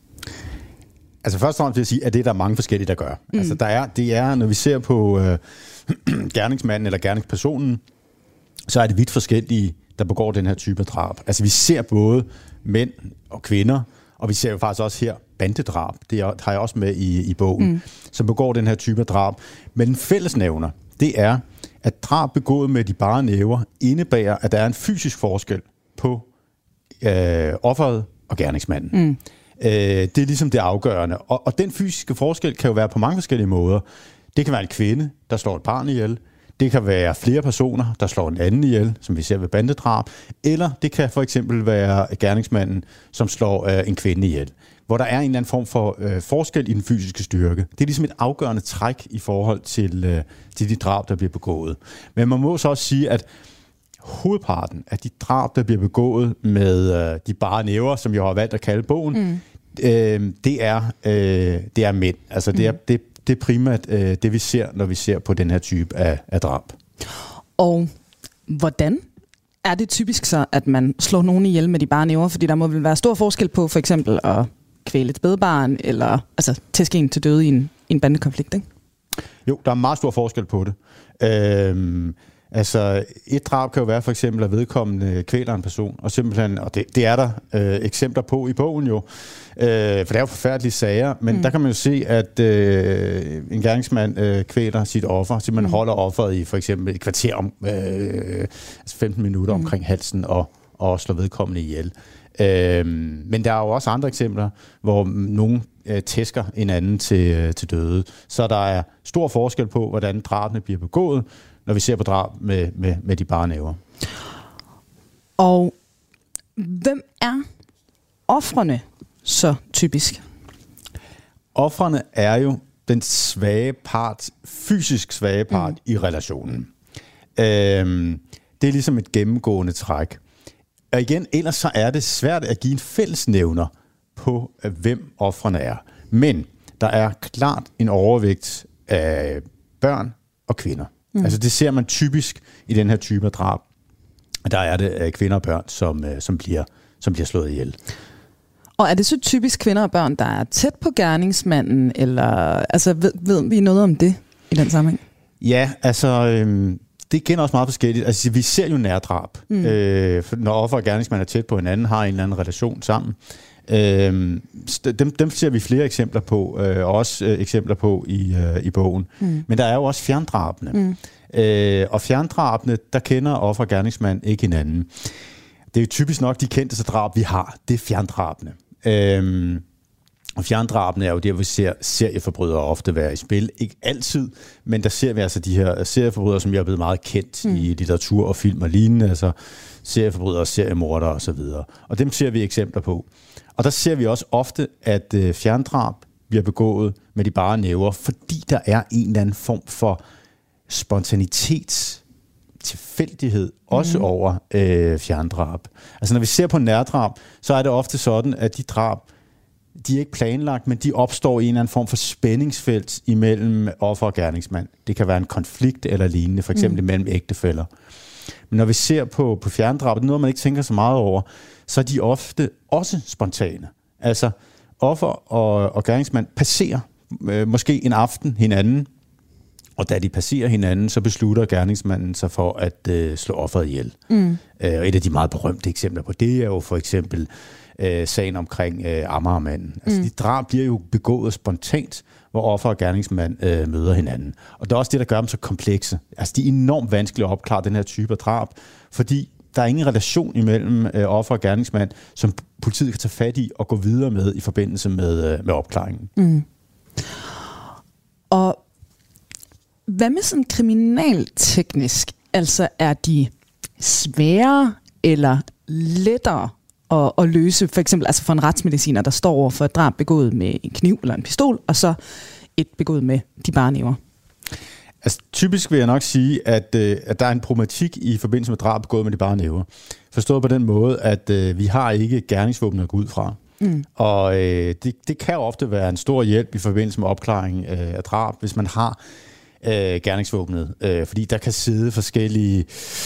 Altså først og fremmest vil jeg sige, at det er der mange forskellige, der gør. Mm. Altså der er, det er, når vi ser på øh, gerningsmanden eller gerningspersonen, så er det vidt forskellige, der begår den her type af drab. Altså vi ser både mænd og kvinder, og vi ser jo faktisk også her bandedrab. Det har jeg også med i, i bogen, mm. som begår den her type af drab. Men den fællesnævner, det er, at drab begået med de bare næver indebærer, at der er en fysisk forskel på øh, offeret og gerningsmanden. Mm. Øh, det er ligesom det afgørende. Og, og den fysiske forskel kan jo være på mange forskellige måder. Det kan være en kvinde, der slår et barn ihjel. Det kan være flere personer, der slår en anden ihjel, som vi ser ved bandedrab. Eller det kan for eksempel være gerningsmanden, som slår øh, en kvinde ihjel. Hvor der er en eller anden form for øh, forskel i den fysiske styrke. Det er ligesom et afgørende træk i forhold til, øh, til de drab, der bliver begået. Men man må så også sige, at hovedparten af de drab, der bliver begået med øh, de bare næver, som jeg har valgt at kalde bogen, mm. øh, det, er, øh, det er mænd. Altså det er, mm. det, det er primært øh, det, vi ser, når vi ser på den her type af, af drab. Og hvordan er det typisk så, at man slår nogen ihjel med de bare næver? Fordi der må vel være stor forskel på for eksempel at kvæle et spædbarn, eller altså tæske en til døde i en, i en bandekonflikt, ikke? Jo, der er meget stor forskel på det. Øh, Altså, et drab kan jo være for eksempel, at vedkommende kvæler en person, og simpelthen, og det, det er der øh, eksempler på i bogen jo, øh, for det er jo forfærdelige sager, men mm. der kan man jo se, at øh, en gerningsmand øh, kvæler sit offer, simpelthen mm. holder offeret i for eksempel et kvarter om, øh, altså femten minutter mm. omkring halsen, og, og slår vedkommende ihjel. Øh, men der er jo også andre eksempler, hvor nogen øh, tæsker en anden til, øh, til døde. Så der er stor forskel på, hvordan drabene bliver begået, når vi ser på drab med, med, med de bare næver. Og hvem er ofrene så typisk? Ofrene er jo den svage part, fysisk svage part mm. i relationen. Øhm, det er ligesom et gennemgående træk. Og igen, ellers så er det svært at give en fællesnævner på, hvem ofrene er. Men der er klart en overvægt af børn og kvinder. Mm. Altså det ser man typisk i den her type af drab. Der er det kvinder og børn, som, som, bliver, som bliver slået ihjel. Og er det så typisk kvinder og børn, der er tæt på gerningsmanden, eller altså, ved, ved vi noget om det i den sammenhæng? Ja, altså øhm, det er igen også meget forskelligt. Altså vi ser jo nærdrab, mm. øh, når offer og gerningsmand er tæt på hinanden, har en eller anden relation sammen. Øh, dem, dem ser vi flere eksempler på, øh, også øh, eksempler på i, øh, i bogen. Mm. Men der er jo også fjerndrabene. Mm. Øh, og fjerndrabene, der kender offer og gerningsmand ikke hinanden. Det er jo typisk nok de kendteste drab, vi har. Det er fjerndrabene. Øh, og fjerndrabene er jo der, hvor vi ser serieforbrydere ofte være i spil. Ikke altid, men der ser vi altså de her serieforbrydere, som jeg er blevet meget kendt mm. i litteratur og film og lignende. Altså serieforbrydere, seriemordere osv. Og dem ser vi eksempler på. Og der ser vi også ofte, at øh, fjerndrab bliver begået med de bare næver, fordi der er en eller anden form for spontanitet, tilfældighed, også mm. over øh, fjerndrab. Altså når vi ser på nærdrab, så er det ofte sådan, at de drab, de er ikke planlagt, men de opstår i en eller anden form for spændingsfelt imellem offer og gerningsmand. Det kan være en konflikt eller lignende, for eksempel mm. mellem ægtefæller. Men når vi ser på, på fjerndrab, det er noget, man ikke tænker så meget over, så er de ofte også spontane. Altså offer og, og gerningsmand passerer øh, måske en aften hinanden, og da de passerer hinanden, så beslutter gerningsmanden sig for at øh, slå offeret ihjel. Mm. Øh, og et af de meget berømte eksempler på det er jo for eksempel øh, sagen omkring øh, Amagermanden. Altså mm. de drab bliver jo begået spontant, hvor offer og gerningsmand øh, møder hinanden. Og det er også det, der gør dem så komplekse. Altså de er enormt vanskelige at opklare den her type af drab, fordi der er ingen relation imellem øh, offer og gerningsmand, som politiet kan tage fat i og gå videre med i forbindelse med, øh, med opklaringen. Mm. Og hvad med sådan kriminalteknisk? Altså er de svære eller lettere at, at løse? For eksempel altså for en retsmediciner, der står over for et drab begået med en kniv eller en pistol, og så et begået med de bare næver. Altså, typisk vil jeg nok sige, at, øh, at der er en problematik i forbindelse med drab begået med de bare næver. Forstået på den måde, at øh, vi har ikke gerningsvåben at gå ud fra. Mm. Og øh, det, det kan jo ofte være en stor hjælp i forbindelse med opklaring øh, af drab, hvis man har øh, gerningsvåbnet. Øh, fordi der kan sidde forskellige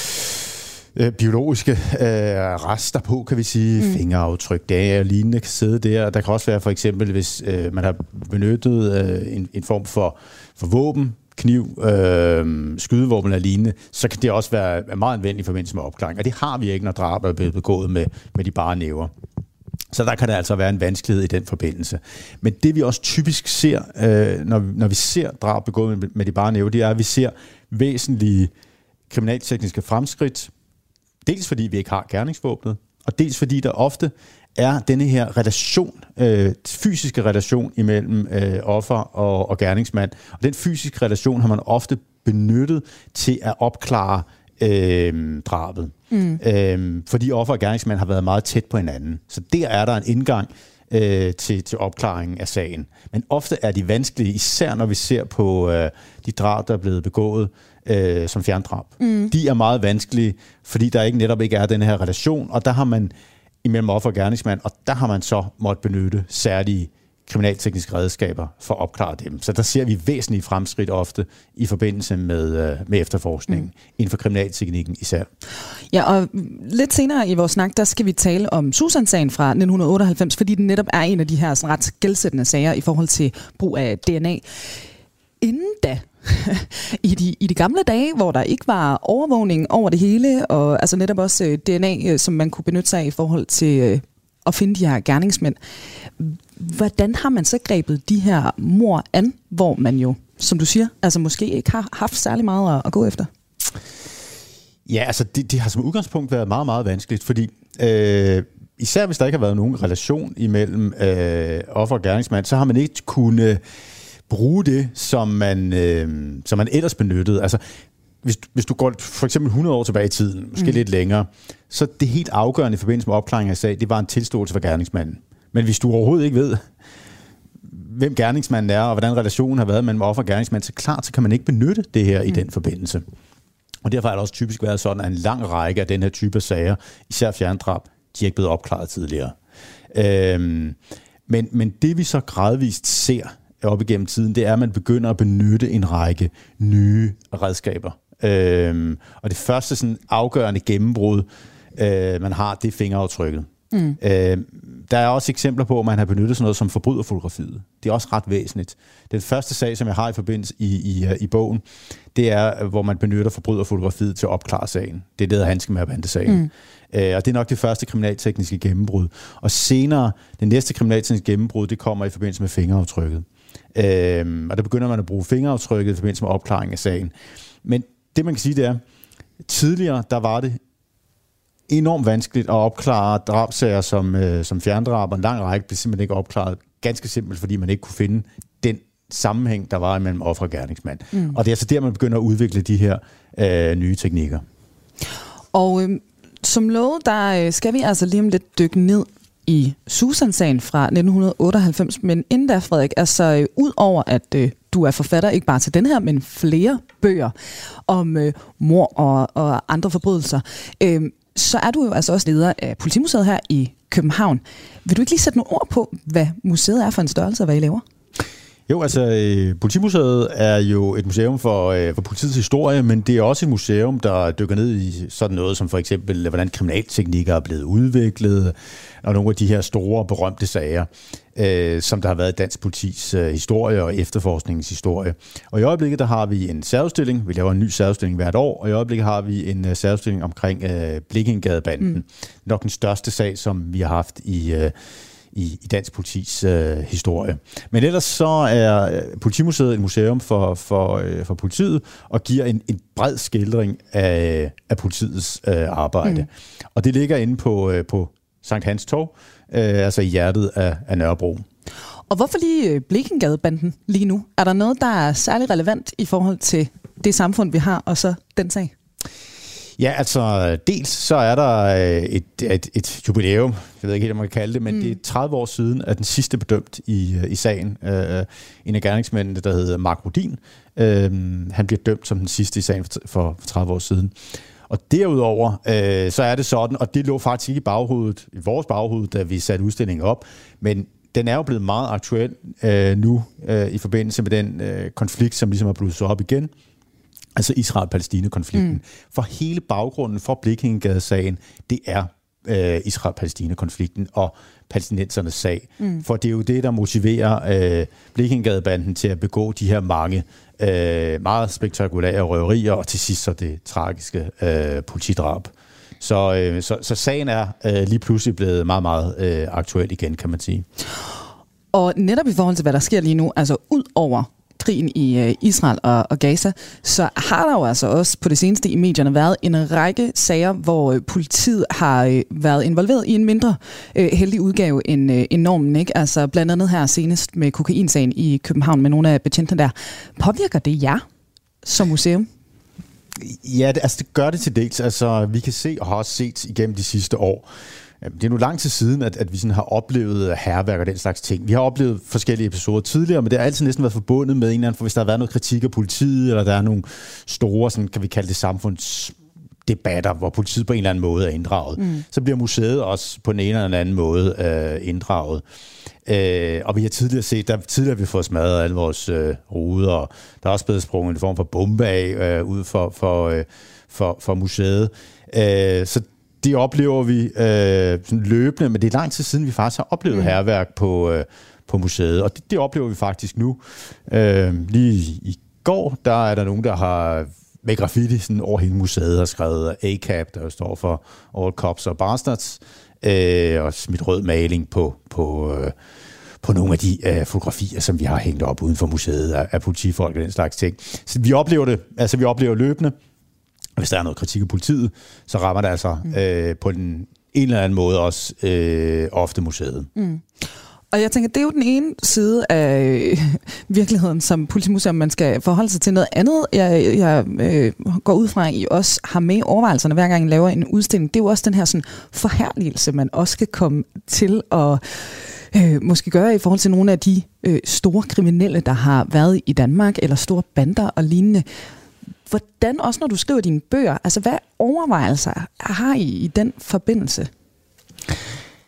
øh, biologiske øh, rester på, kan vi sige. Mm. Fingeraftryk, det og lignende kan sidde der. Der kan også være for eksempel, hvis øh, man har benyttet øh, en, en form for, for våben, kniv, øh, skydevåben eller lignende, så kan det også være meget anvendeligt i forbindelse med opklaring. Og det har vi ikke, når drab er blevet begået med, med de bare næver. Så der kan der altså være en vanskelighed i den forbindelse. Men det vi også typisk ser, øh, når, når vi ser drab begået med, med de bare næver, det er, at vi ser væsentlige kriminaltekniske fremskridt. Dels fordi vi ikke har gerningsvåbnet, og dels fordi der ofte er denne her relation, øh, fysiske relation imellem øh, offer og, og gerningsmand. Og den fysiske relation har man ofte benyttet til at opklare øh, drabet. Mm. Øh, fordi offer og gerningsmand har været meget tæt på hinanden. Så der er der en indgang øh, til, til opklaringen af sagen. Men ofte er de vanskelige, især når vi ser på øh, de drab, der er blevet begået øh, som fjerndrab. Mm. De er meget vanskelige, fordi der ikke netop ikke er den her relation, og der har man imellem offer og gerningsmand, og der har man så måttet benytte særlige kriminaltekniske redskaber for at opklare dem. Så der ser vi væsentlige fremskridt ofte i forbindelse med, med efterforskningen, mm. inden for kriminalteknikken især. Ja, og lidt senere i vores snak, der skal vi tale om Susan-sagen fra nitten otteoghalvfems, fordi den netop er en af de her sådan, ret gældsættende sager i forhold til brug af D N A. Inden da, I de, i de gamle dage, hvor der ikke var overvågning over det hele, og altså netop også D N A, som man kunne benytte sig af i forhold til øh, at finde de her gerningsmænd. Hvordan har man så grebet de her mord an, hvor man jo, som du siger, altså måske ikke har haft særlig meget at, at gå efter? Ja, altså det, det har som udgangspunkt været meget, meget vanskeligt, fordi øh, især hvis der ikke har været nogen relation imellem øh, offer og gerningsmand, så har man ikke kunnet bruge det, som man, øh, som man ellers benyttede. Altså, hvis, hvis du går for eksempel hundrede år tilbage i tiden, måske mm. lidt længere, så det helt afgørende i forbindelse med opklaringen af sag, det var en tilståelse for gerningsmanden. Men hvis du overhovedet ikke ved, hvem gerningsmanden er, og hvordan relationen har været mellem offer og gerningsmand, så klart, så kan man ikke benytte det her mm. i den forbindelse. Og derfor har det også typisk været sådan, at en lang række af den her type sager, især fjerndrab, de er ikke blevet opklaret tidligere. Øhm, Men, men det vi så gradvist ser op igennem tiden, det er, at man begynder at benytte en række nye redskaber. Øhm, og det første sådan afgørende gennembrud, øh, man har, det er fingeraftrykket. Mm. Øh, der er også eksempler på, at man har benyttet sådan noget som forbryderfotografiet. Det er også ret væsentligt. Den første sag, som jeg har i forbindelse i, i, i bogen, det er, hvor man benytter forbryderfotografiet til at opklare sagen. Det er det, der handskemærbandesagen. Mm. Øh, og det er nok det første kriminaltekniske gennembrud. Og senere, det næste kriminaltekniske gennembrud, det kommer i forbindelse med fingeraftrykket. Øh, og der begynder man at bruge fingeraftrykket i forbindelse med opklaring af sagen. Men det, man kan sige, det er, tidligere, der var det enormt vanskeligt at opklare drabsager som, øh, som fjerndrab, og en lang række blev simpelthen ikke opklaret. Ganske simpelt, fordi man ikke kunne finde den sammenhæng, der var mellem offer og gerningsmand. Mm. Og det er altså der, man begynder at udvikle de her øh, nye teknikker. Og øh, som lovet, der øh, skal vi altså lige om lidt dykke ned i Susan-sagen fra nitten otteoghalvfems. Men inden da, Frederik, altså øh, ud over at øh, du er forfatter, ikke bare til den her, men flere bøger om øh, mord og, og andre forbrydelser, øh, så er du jo altså også leder af Politimuseet her i København. Vil du ikke lige sætte nogle ord på, hvad museet er for en størrelse, og hvad I laver? Jo, altså Politimuseet er jo et museum for, øh, for politiets historie, men det er også et museum, der dykker ned i sådan noget som for eksempel, hvordan kriminalteknikker er blevet udviklet, og nogle af de her store, berømte sager, øh, som der har været i dansk politis øh, historie og efterforskningens historie. Og i øjeblikket, der har vi en særudstilling. Vi laver en ny særudstilling hvert år, og i øjeblikket har vi en uh, særudstilling omkring øh, Blekingegadebanden. Mm. Nok den største sag, som vi har haft i... Øh, I, i dansk politis øh, historie. Men ellers så er Politimuseet et museum for, for, øh, for politiet, og giver en, en bred skildring af, af politiets øh, arbejde. Mm. Og det ligger inde på, øh, på Sankt Hans Torv, øh, altså i hjertet af, af Nørrebro. Og hvorfor lige Blekingegadebanden lige nu? Er der noget, der er særlig relevant i forhold til det samfund, vi har, og så den sag? Ja, altså dels så er der et, et, et jubilæum, jeg ved ikke helt, om man kan kalde det, men mm. det er tredive år siden, at den sidste bedømt i, i sagen. Uh, en af gerningsmændene, der hedder Mark Rodin, uh, han bliver dømt som den sidste i sagen for, for tredive år siden. Og derudover, uh, så er det sådan, og det lå faktisk ikke i baghovedet, i vores baghoved, da vi satte udstillingen op, men den er jo blevet meget aktuel uh, nu uh, i forbindelse med den uh, konflikt, som ligesom er blusset op igen. Altså Israel-Palæstina-konflikten. Mm. For hele baggrunden for Blekingegadesagen, det er øh, Israel-Palæstina-konflikten og palæstinensernes sag. Mm. For det er jo det, der motiverer øh, Blekingegadebanden til at begå de her mange øh, meget spektakulære røverier, og til sidst så det tragiske øh, politidrab. Så, øh, så, så sagen er øh, lige pludselig blevet meget, meget øh, aktuel igen, kan man sige. Og netop i forhold til, hvad der sker lige nu, altså ud over krigen i Israel og, og Gaza, så har der jo altså også på det seneste i medierne været en række sager, hvor politiet har været involveret i en mindre øh, heldig udgave end, øh, end normen, ikke? Altså blandt andet her senest med kokainsagen i København med nogle af betjentene der. Påvirker det jer som museum? Ja, det, altså det gør det til dels. Altså vi kan se og har også set igennem de sidste år. Det er nu lang tid siden, at, at vi sådan har oplevet hærværk og den slags ting. Vi har oplevet forskellige episoder tidligere, men det har altid næsten været forbundet med en eller anden, for hvis der har været noget kritik af politiet, eller der er nogle store, sådan kan vi kalde det samfundsdebatter, hvor politiet på en eller anden måde er inddraget, mm. så bliver museet også på en eller anden måde øh, inddraget. Øh, og vi har tidligere set, der tidligere har vi fået smadret alle vores øh, ruder, og der er også blevet sprunget en form for bombe af øh, ud for, for, øh, for, for museet. Øh, så det oplever vi øh, sådan løbende, men det er lang tid siden, vi faktisk har oplevet mm. hærværk på, øh, på museet, og det, det oplever vi faktisk nu. Øh, lige i går, der er der nogen, der har med graffiti sådan over hele museet har skrevet A C A B, der står for All Cops og Bastards, øh, og smidt rød maling på, på, øh, på nogle af de øh, fotografier, som vi har hængt op uden for museet af, af politifolk og den slags ting. Så vi oplever det, altså vi oplever løbende. Hvis der er noget kritik af politiet, så rammer det altså mm. øh, på den en eller anden måde også øh, ofte museet. Mm. Og jeg tænker, det er jo den ene side af øh, virkeligheden som Politimuseum, man skal forholde sig til. Noget andet, jeg, jeg øh, går ud fra, at I også har med overvejelserne, hver gang I laver en udstilling. Det er jo også den her sådan, forherligelse, man også skal komme til at øh, måske gøre i forhold til nogle af de øh, store kriminelle, der har været i Danmark, eller store bander og lignende. Hvordan, også når du skriver dine bøger, altså hvad overvejelser har I i den forbindelse?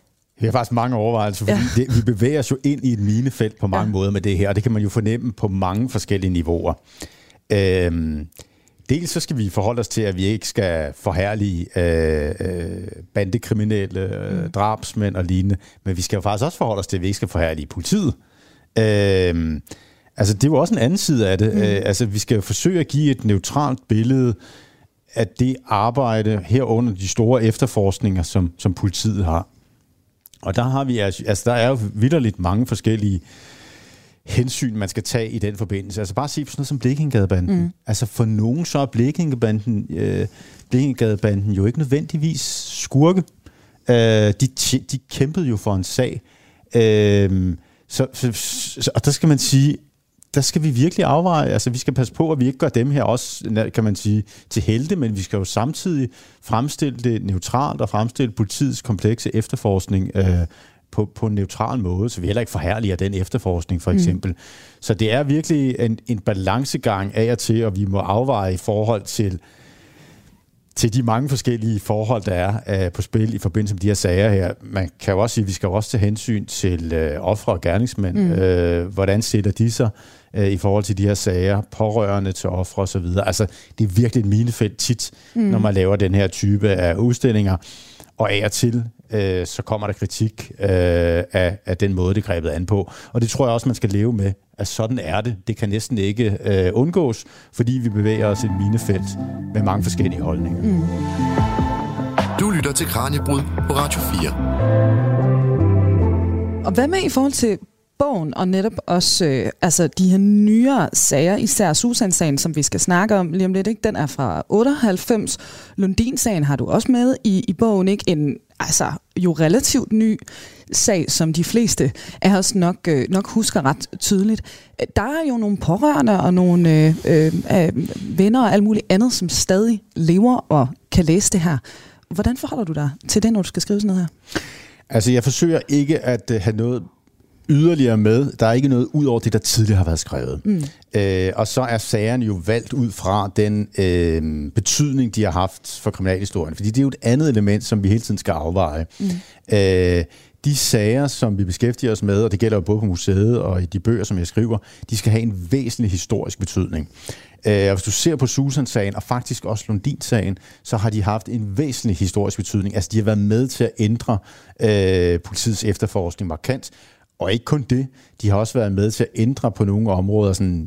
Vi har faktisk mange overvejelser, fordi ja. det, vi bevæger os jo ind i et minefelt på mange ja. måder med det her, og det kan man jo fornemme på mange forskellige niveauer. Øhm, dels så skal vi forholde os til, at vi ikke skal forherlige øh, øh, bandekriminelle, øh, drabsmænd og lignende, men vi skal jo faktisk også forholde os til, at vi ikke skal forherlige politiet. Øhm, altså det er jo også en anden side af det. Mm. Øh, altså vi skal jo forsøge at give et neutralt billede af det arbejde herunder de store efterforskninger, som, som politiet har. Og der har vi altså, der er jo vitterligt mange forskellige hensyn, man skal tage i den forbindelse. Altså bare se på sådan noget som Blekingegadebanden. Mm. Altså for nogen så er Blekingegadebanden, øh, Blekingegadebanden jo ikke nødvendigvis skurke. Øh, de, de kæmpede jo for en sag. Øh, så, så, og der skal man sige, der skal vi virkelig afveje, altså vi skal passe på, at vi ikke gør dem her også, kan man sige, til helte, men vi skal jo samtidig fremstille det neutralt og fremstille politiets komplekse efterforskning øh, på, på en neutral måde, så vi heller ikke forherliger den efterforskning, for eksempel. Mm. Så det er virkelig en, en balancegang af og til, og vi må afveje i forhold til til de mange forskellige forhold, der er uh, på spil i forbindelse med de her sager her. Man kan jo også sige, at vi skal jo også tage hensyn til uh, ofre og gerningsmænd. Mm. Uh, hvordan sætter de sig uh, i forhold til de her sager, pårørende til ofre og så videre. Altså, det er virkelig et minefelt tit, mm. når man laver den her type af udstillinger. Og af og til, øh, så kommer der kritik øh, af, af den måde, det er grebet an på. Og det tror jeg også, man skal leve med, at sådan er det. Det kan næsten ikke øh, undgås, fordi vi bevæger os i et minefelt med mange forskellige holdninger. Mm. Du lytter til Kraniebrud på Radio fire. Og hvad med i forhold til bogen, og netop også øh, altså de her nyere sager, især Susan-sagen, som vi skal snakke om lige om lidt, ikke? Den er fra otteoghalvfems. Lundin-sagen har du også med i, i bogen, ikke? En altså jo relativt ny sag, som de fleste af os nok, øh, nok husker ret tydeligt. Der er jo nogle pårørende og nogle øh, øh, venner og alt muligt andet, som stadig lever og kan læse det her. Hvordan forholder du dig til det, når du skal skrive sådan noget her? Altså, jeg forsøger ikke at uh, have noget yderligere med. Der er ikke noget ud over det, der tidligere har været skrevet. Mm. Øh, og så er sagerne jo valgt ud fra den øh, betydning, de har haft for kriminalhistorien. Fordi det er jo et andet element, som vi hele tiden skal afveje. Mm. Øh, de sager, som vi beskæftiger os med, og det gælder jo både på museet og i de bøger, som jeg skriver, de skal have en væsentlig historisk betydning. Øh, og hvis du ser på Susan-sagen, og faktisk også Lundin-sagen, så har de haft en væsentlig historisk betydning. Altså, de har været med til at ændre øh, politiets efterforskning markant. Og ikke kun det, de har også været med til at ændre på nogle områder, sådan,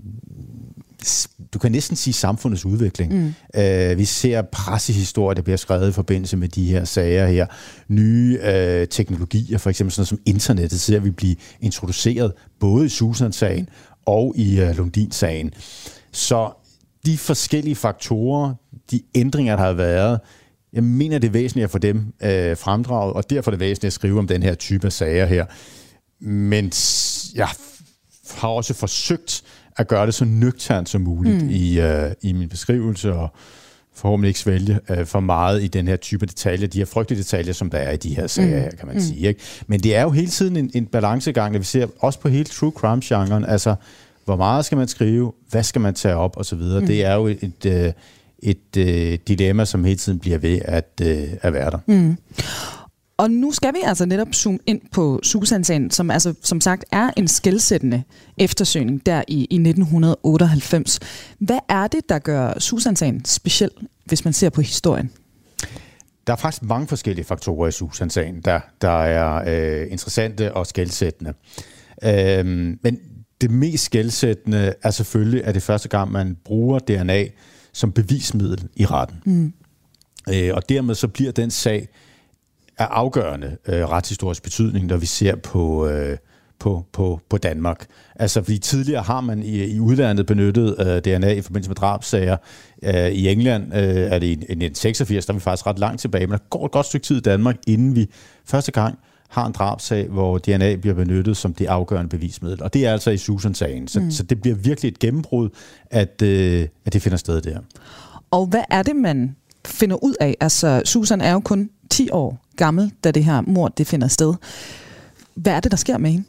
du kan næsten sige samfundets udvikling. Mm. Uh, vi ser pressehistorier, der bliver skrevet i forbindelse med de her sager her. Nye uh, teknologier, for eksempel sådan som internettet, ser vi blive introduceret både i Susan-sagen og i uh, Lundin-sagen. Så de forskellige faktorer, de ændringer, der har været, jeg mener, det er væsentligt at få dem uh, fremdraget, og derfor er det væsentligt at skrive om den her type af sager her. Men jeg har også forsøgt at gøre det så nøgternt som muligt mm. i, uh, i min beskrivelse, og forhåbentlig ikke svælge uh, for meget i den her type detaljer, de her frygtelige detaljer, som der er i de her sager her, kan man mm. sige. Ikke? Men det er jo hele tiden en, en balancegang, når vi ser også på hele true crime-genren, altså hvor meget skal man skrive, hvad skal man tage op, og så videre. Mm. Det er jo et, et, et, et, et dilemma, som hele tiden bliver ved at, at være der. Mm. Og nu skal vi altså netop zoome ind på Susan-sagen, som altså som sagt er en skelsættende eftersøgning der i, i nitten otteoghalvfems. Hvad er det, der gør Susan-sagen speciel, hvis man ser på historien? Der er faktisk mange forskellige faktorer i Susan-sagen, der, der er øh, interessante og skelsættende. Øh, men det mest skelsættende er selvfølgelig, at det første gang, man bruger D N A som bevismiddel i retten. Mm. Øh, og dermed så bliver den sag er afgørende øh, retshistorisk betydning, når vi ser på, øh, på, på, på Danmark. Altså, fordi tidligere har man i, i udlandet benyttet øh, D N A i forbindelse med drabssager. Øh, I England øh, er det i, i nitten seksogfirs, der er vi faktisk ret langt tilbage, men der går et godt stykke tid i Danmark, inden vi første gang har en drabsag, hvor D N A bliver benyttet som det afgørende bevismiddel. Og det er altså i Susan-sagen. Så, mm. så det bliver virkelig et gennembrud, at, øh, at det finder sted der. Og hvad er det, man finder ud af? Altså, Susan er jo kun ti år gammel, da det her mord det finder sted. Hvad er det, der sker med hende?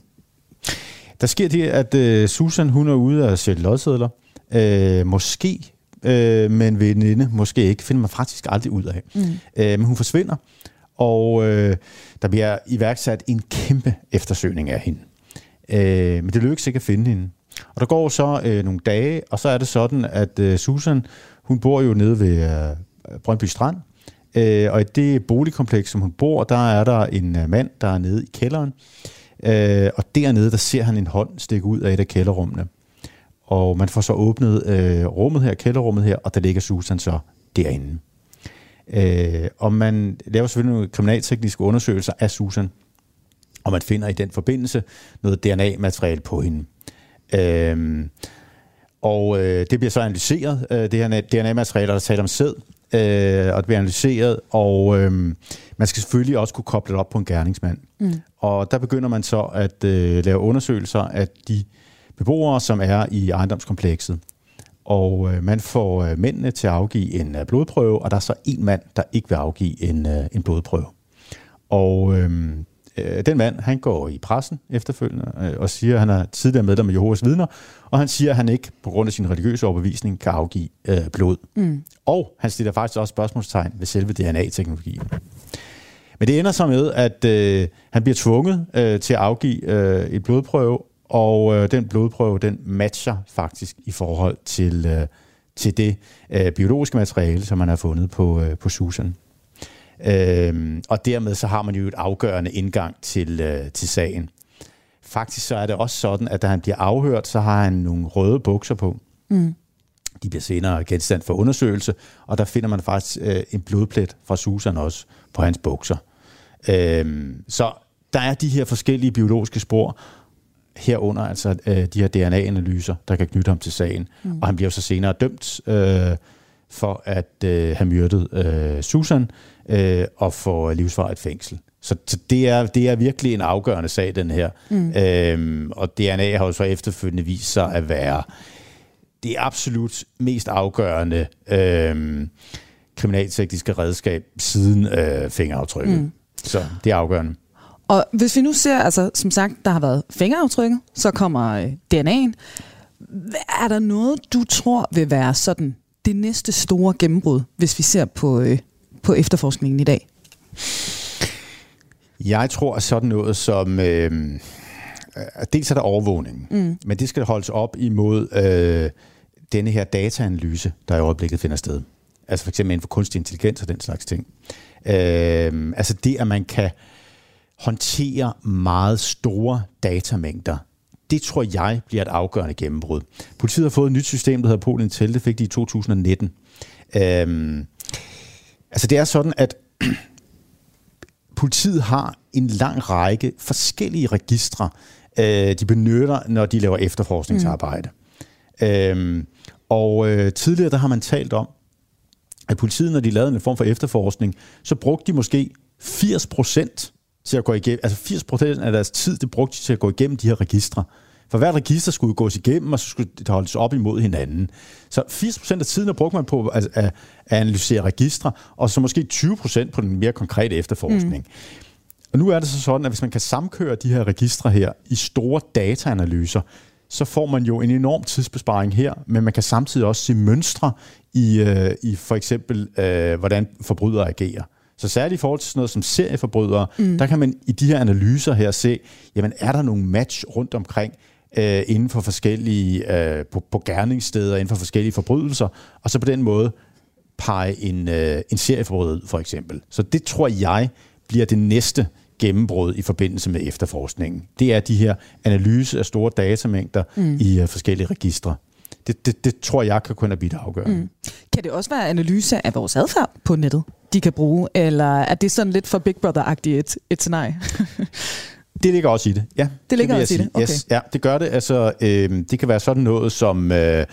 Der sker det, at øh, Susan hun er ude at sætte lodsedler. Øh, måske øh, med en veninde, måske ikke, finder man faktisk aldrig ud af. Mm. Øh, men hun forsvinder, og øh, der bliver iværksat en kæmpe eftersøgning af hende. Øh, men det lykkes ikke at finde hende. Og der går så øh, nogle dage, og så er det sådan, at øh, Susan, hun bor jo nede ved øh, Brøndby Strand, øh, og i det boligkompleks, som hun bor, der er der en øh, mand, der er nede i kælderen, øh, og dernede, der ser han en hånd stikke ud af et af kælderrummene. Og man får så åbnet øh, rummet her, kælderrummet her, og der ligger Susan så derinde. Øh, og man laver selvfølgelig nogle kriminaltekniske undersøgelser af Susan, og man finder i den forbindelse noget D N A-materiale på hende. Øh, og øh, det bliver så analyseret, øh, det her D N A-materiale, der taler om sæd, øh, og det bliver analyseret, og øh, man skal selvfølgelig også kunne koble det op på en gerningsmand. Mm. Og der begynder man så at øh, lave undersøgelser af de beboere, som er i ejendomskomplekset. Og øh, man får øh, mændene til at afgive en øh, blodprøve, og der er så en mand, der ikke vil afgive en, øh, en blodprøve. Og øh, øh, den mand, han går i pressen efterfølgende øh, og siger, at han er tidligere medlem af Jehovas Vidner, og han siger, at han ikke på grund af sin religiøse overbevisning kan afgive øh, blod. Mm. Og han stiller faktisk også spørgsmålstegn ved selve D N A-teknologien. Men det ender så med, at øh, han bliver tvunget øh, til at afgive øh, et blodprøve, og øh, den blodprøve, den matcher faktisk i forhold til, øh, til det øh, biologiske materiale, som man har fundet på, øh, på Susan. Øh, og dermed så har man jo et afgørende indgang til, øh, til sagen. Faktisk så er det også sådan, at da han bliver afhørt, så har han nogle røde bukser på. Mm. De bliver senere genstand for undersøgelse, og der finder man faktisk øh, en blodplet fra Susan også på hans bukser. Øh, så der er de her forskellige biologiske spor, herunder altså øh, de her D N A-analyser, der kan knytte ham til sagen. Mm. Og han bliver så senere dømt øh, for at øh, have myrdet øh, Susan øh, og få livsvarigt fængsel. Så, så det, er, det er virkelig en afgørende sag, den her. Mm. Øhm, og D N A har jo så efterfølgende vist sig at være det absolut mest afgørende øh, kriminaltekniske redskab siden øh, fingeraftrykket. Mm. Så det er afgørende. Og hvis vi nu ser, altså som sagt, der har været fingeraftrykket, så kommer øh, D N A'en. Er der noget, du tror vil være sådan det næste store gennembrud, hvis vi ser på, øh, på efterforskningen i dag? Jeg tror, at sådan noget som... Øh, dels er der overvågning, mm. men det skal holdes op imod øh, denne her dataanalyse, der i øjeblikket finder sted. Altså for eksempel inden for kunstig intelligens og den slags ting. Øh, altså det, at man kan håndtere meget store datamængder, det tror jeg bliver et afgørende gennembrud. Politiet har fået et nyt system, der hedder Pol-Intel. Det fik de i to tusind nitten. Øh, altså det er sådan, at politiet har en lang række forskellige registre, øh, de benytter, når de laver efterforskningsarbejde. Mm. Øhm, og øh, tidligere der har man talt om, at politiet, når de lavede en form for efterforskning, så brugte de måske firs procent til at gå igennem, altså firs procent af deres tid, det brugte de til at gå igennem de her registre. For hvert register skulle gås igennem, og så skulle det holdes op imod hinanden. Så firs procent af tiden brugte man på at, at, at analysere registre, og så måske tyve procent på den mere konkrete efterforskning. Mm. Og nu er det så sådan, at hvis man kan samkøre de her registre her i store dataanalyser, så får man jo en enorm tidsbesparing her, men man kan samtidig også se mønstre i, øh, i for eksempel, øh, hvordan forbrydere agerer. Så særligt i forhold til sådan noget som serieforbrydere, mm. der kan man i de her analyser her se, jamen er der nogle match rundt omkring, øh, inden for forskellige, øh, på, på gerningssteder, inden for forskellige forbrydelser, og så på den måde pege en, øh, en serieforbryder for eksempel. Så det tror jeg bliver det næste gennembrud i forbindelse med efterforskningen. Det er de her analyse af store datamængder mm. i uh, forskellige registre. Det, det, det tror jeg kan kunne blive det afgørende. Mm. Kan det også være analyse af vores adfærd på nettet, de kan bruge, eller er det sådan lidt for Big Brother-agtigt et, et scenarie? Det ligger også i det, ja. Det ligger det også i det? Okay. Yes, ja, det gør det. Altså, øh, det kan være sådan noget som øh,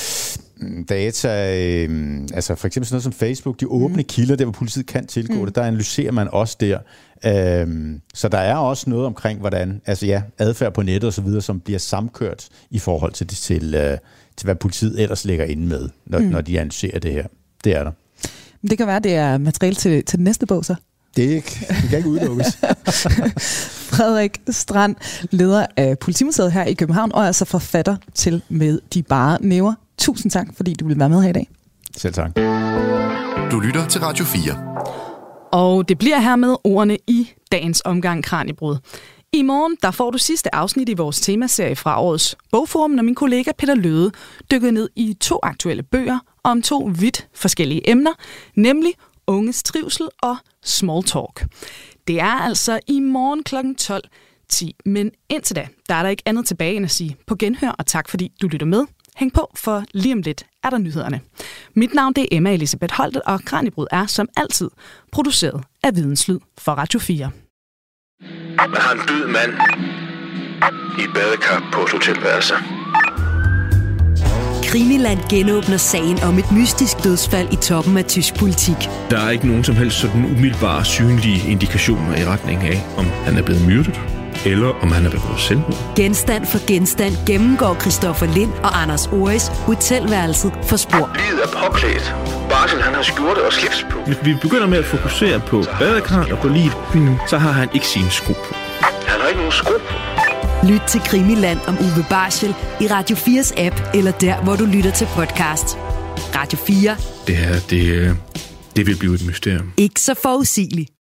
data, øh, altså for eksempel sådan noget som Facebook, de åbne mm. kilder, der hvor politiet kan tilgå mm. det, der analyserer man også der. Øh, så der er også noget omkring, hvordan, altså ja, adfærd på nettet og så videre, som bliver samkørt i forhold til, til, øh, til hvad politiet ellers lægger inde med, når, mm. når de analyserer det her. Det er der. Det kan være, det er materiale til, til den næste bog, så. Det, er ikke, det kan ikke udelukkes. Frederik Strand, leder af Politimuseet her i København, og altså forfatter til Med de bare næver. Tusind tak, fordi du ville være med her i dag. Selv tak. Du lytter til Radio fire. Og det bliver hermed ordene i dagens omgang Kraniebrud. I morgen der får du sidste afsnit i vores temaserie fra årets bogforum, når min kollega Peter Løde dykkede ned i to aktuelle bøger om to vidt forskellige emner, nemlig unges trivsel og small talk. Det er altså i morgen klokken tolv ti, men indtil da, der er der ikke andet tilbage end at sige på genhør, og tak fordi du lytter med. Hæng på, for lige om lidt er der nyhederne. Mit navn det er Emma Elisabeth Holtet, og Kraniebrud er som altid produceret af Videnslyd for Radio fire. Man har en død mand i et badekar på et hotelværelse. Krimiland genåbner sagen om et mystisk dødsfald i toppen af tysk politik. Der er ikke nogen som helst sådan umiddelbare synlige indikationer i retning af, om han er blevet myrdet, eller om han er begået selvmord. Genstand for genstand gennemgår Christoffer Lind og Anders Oris hotelværelset for spor. Livet er påklædt. Barsel, han har skjorte og slips på. Hvis vi begynder med at fokusere på badekarret og på livet, så har han ikke sine sko på. Han har ikke nogen sko på. Lyt til Krimiland om Uwe Barschel i Radio fires app, eller der, hvor du lytter til podcast. Radio fire. Det her, det, det vil blive et mysterium. Ikke så forudsigeligt.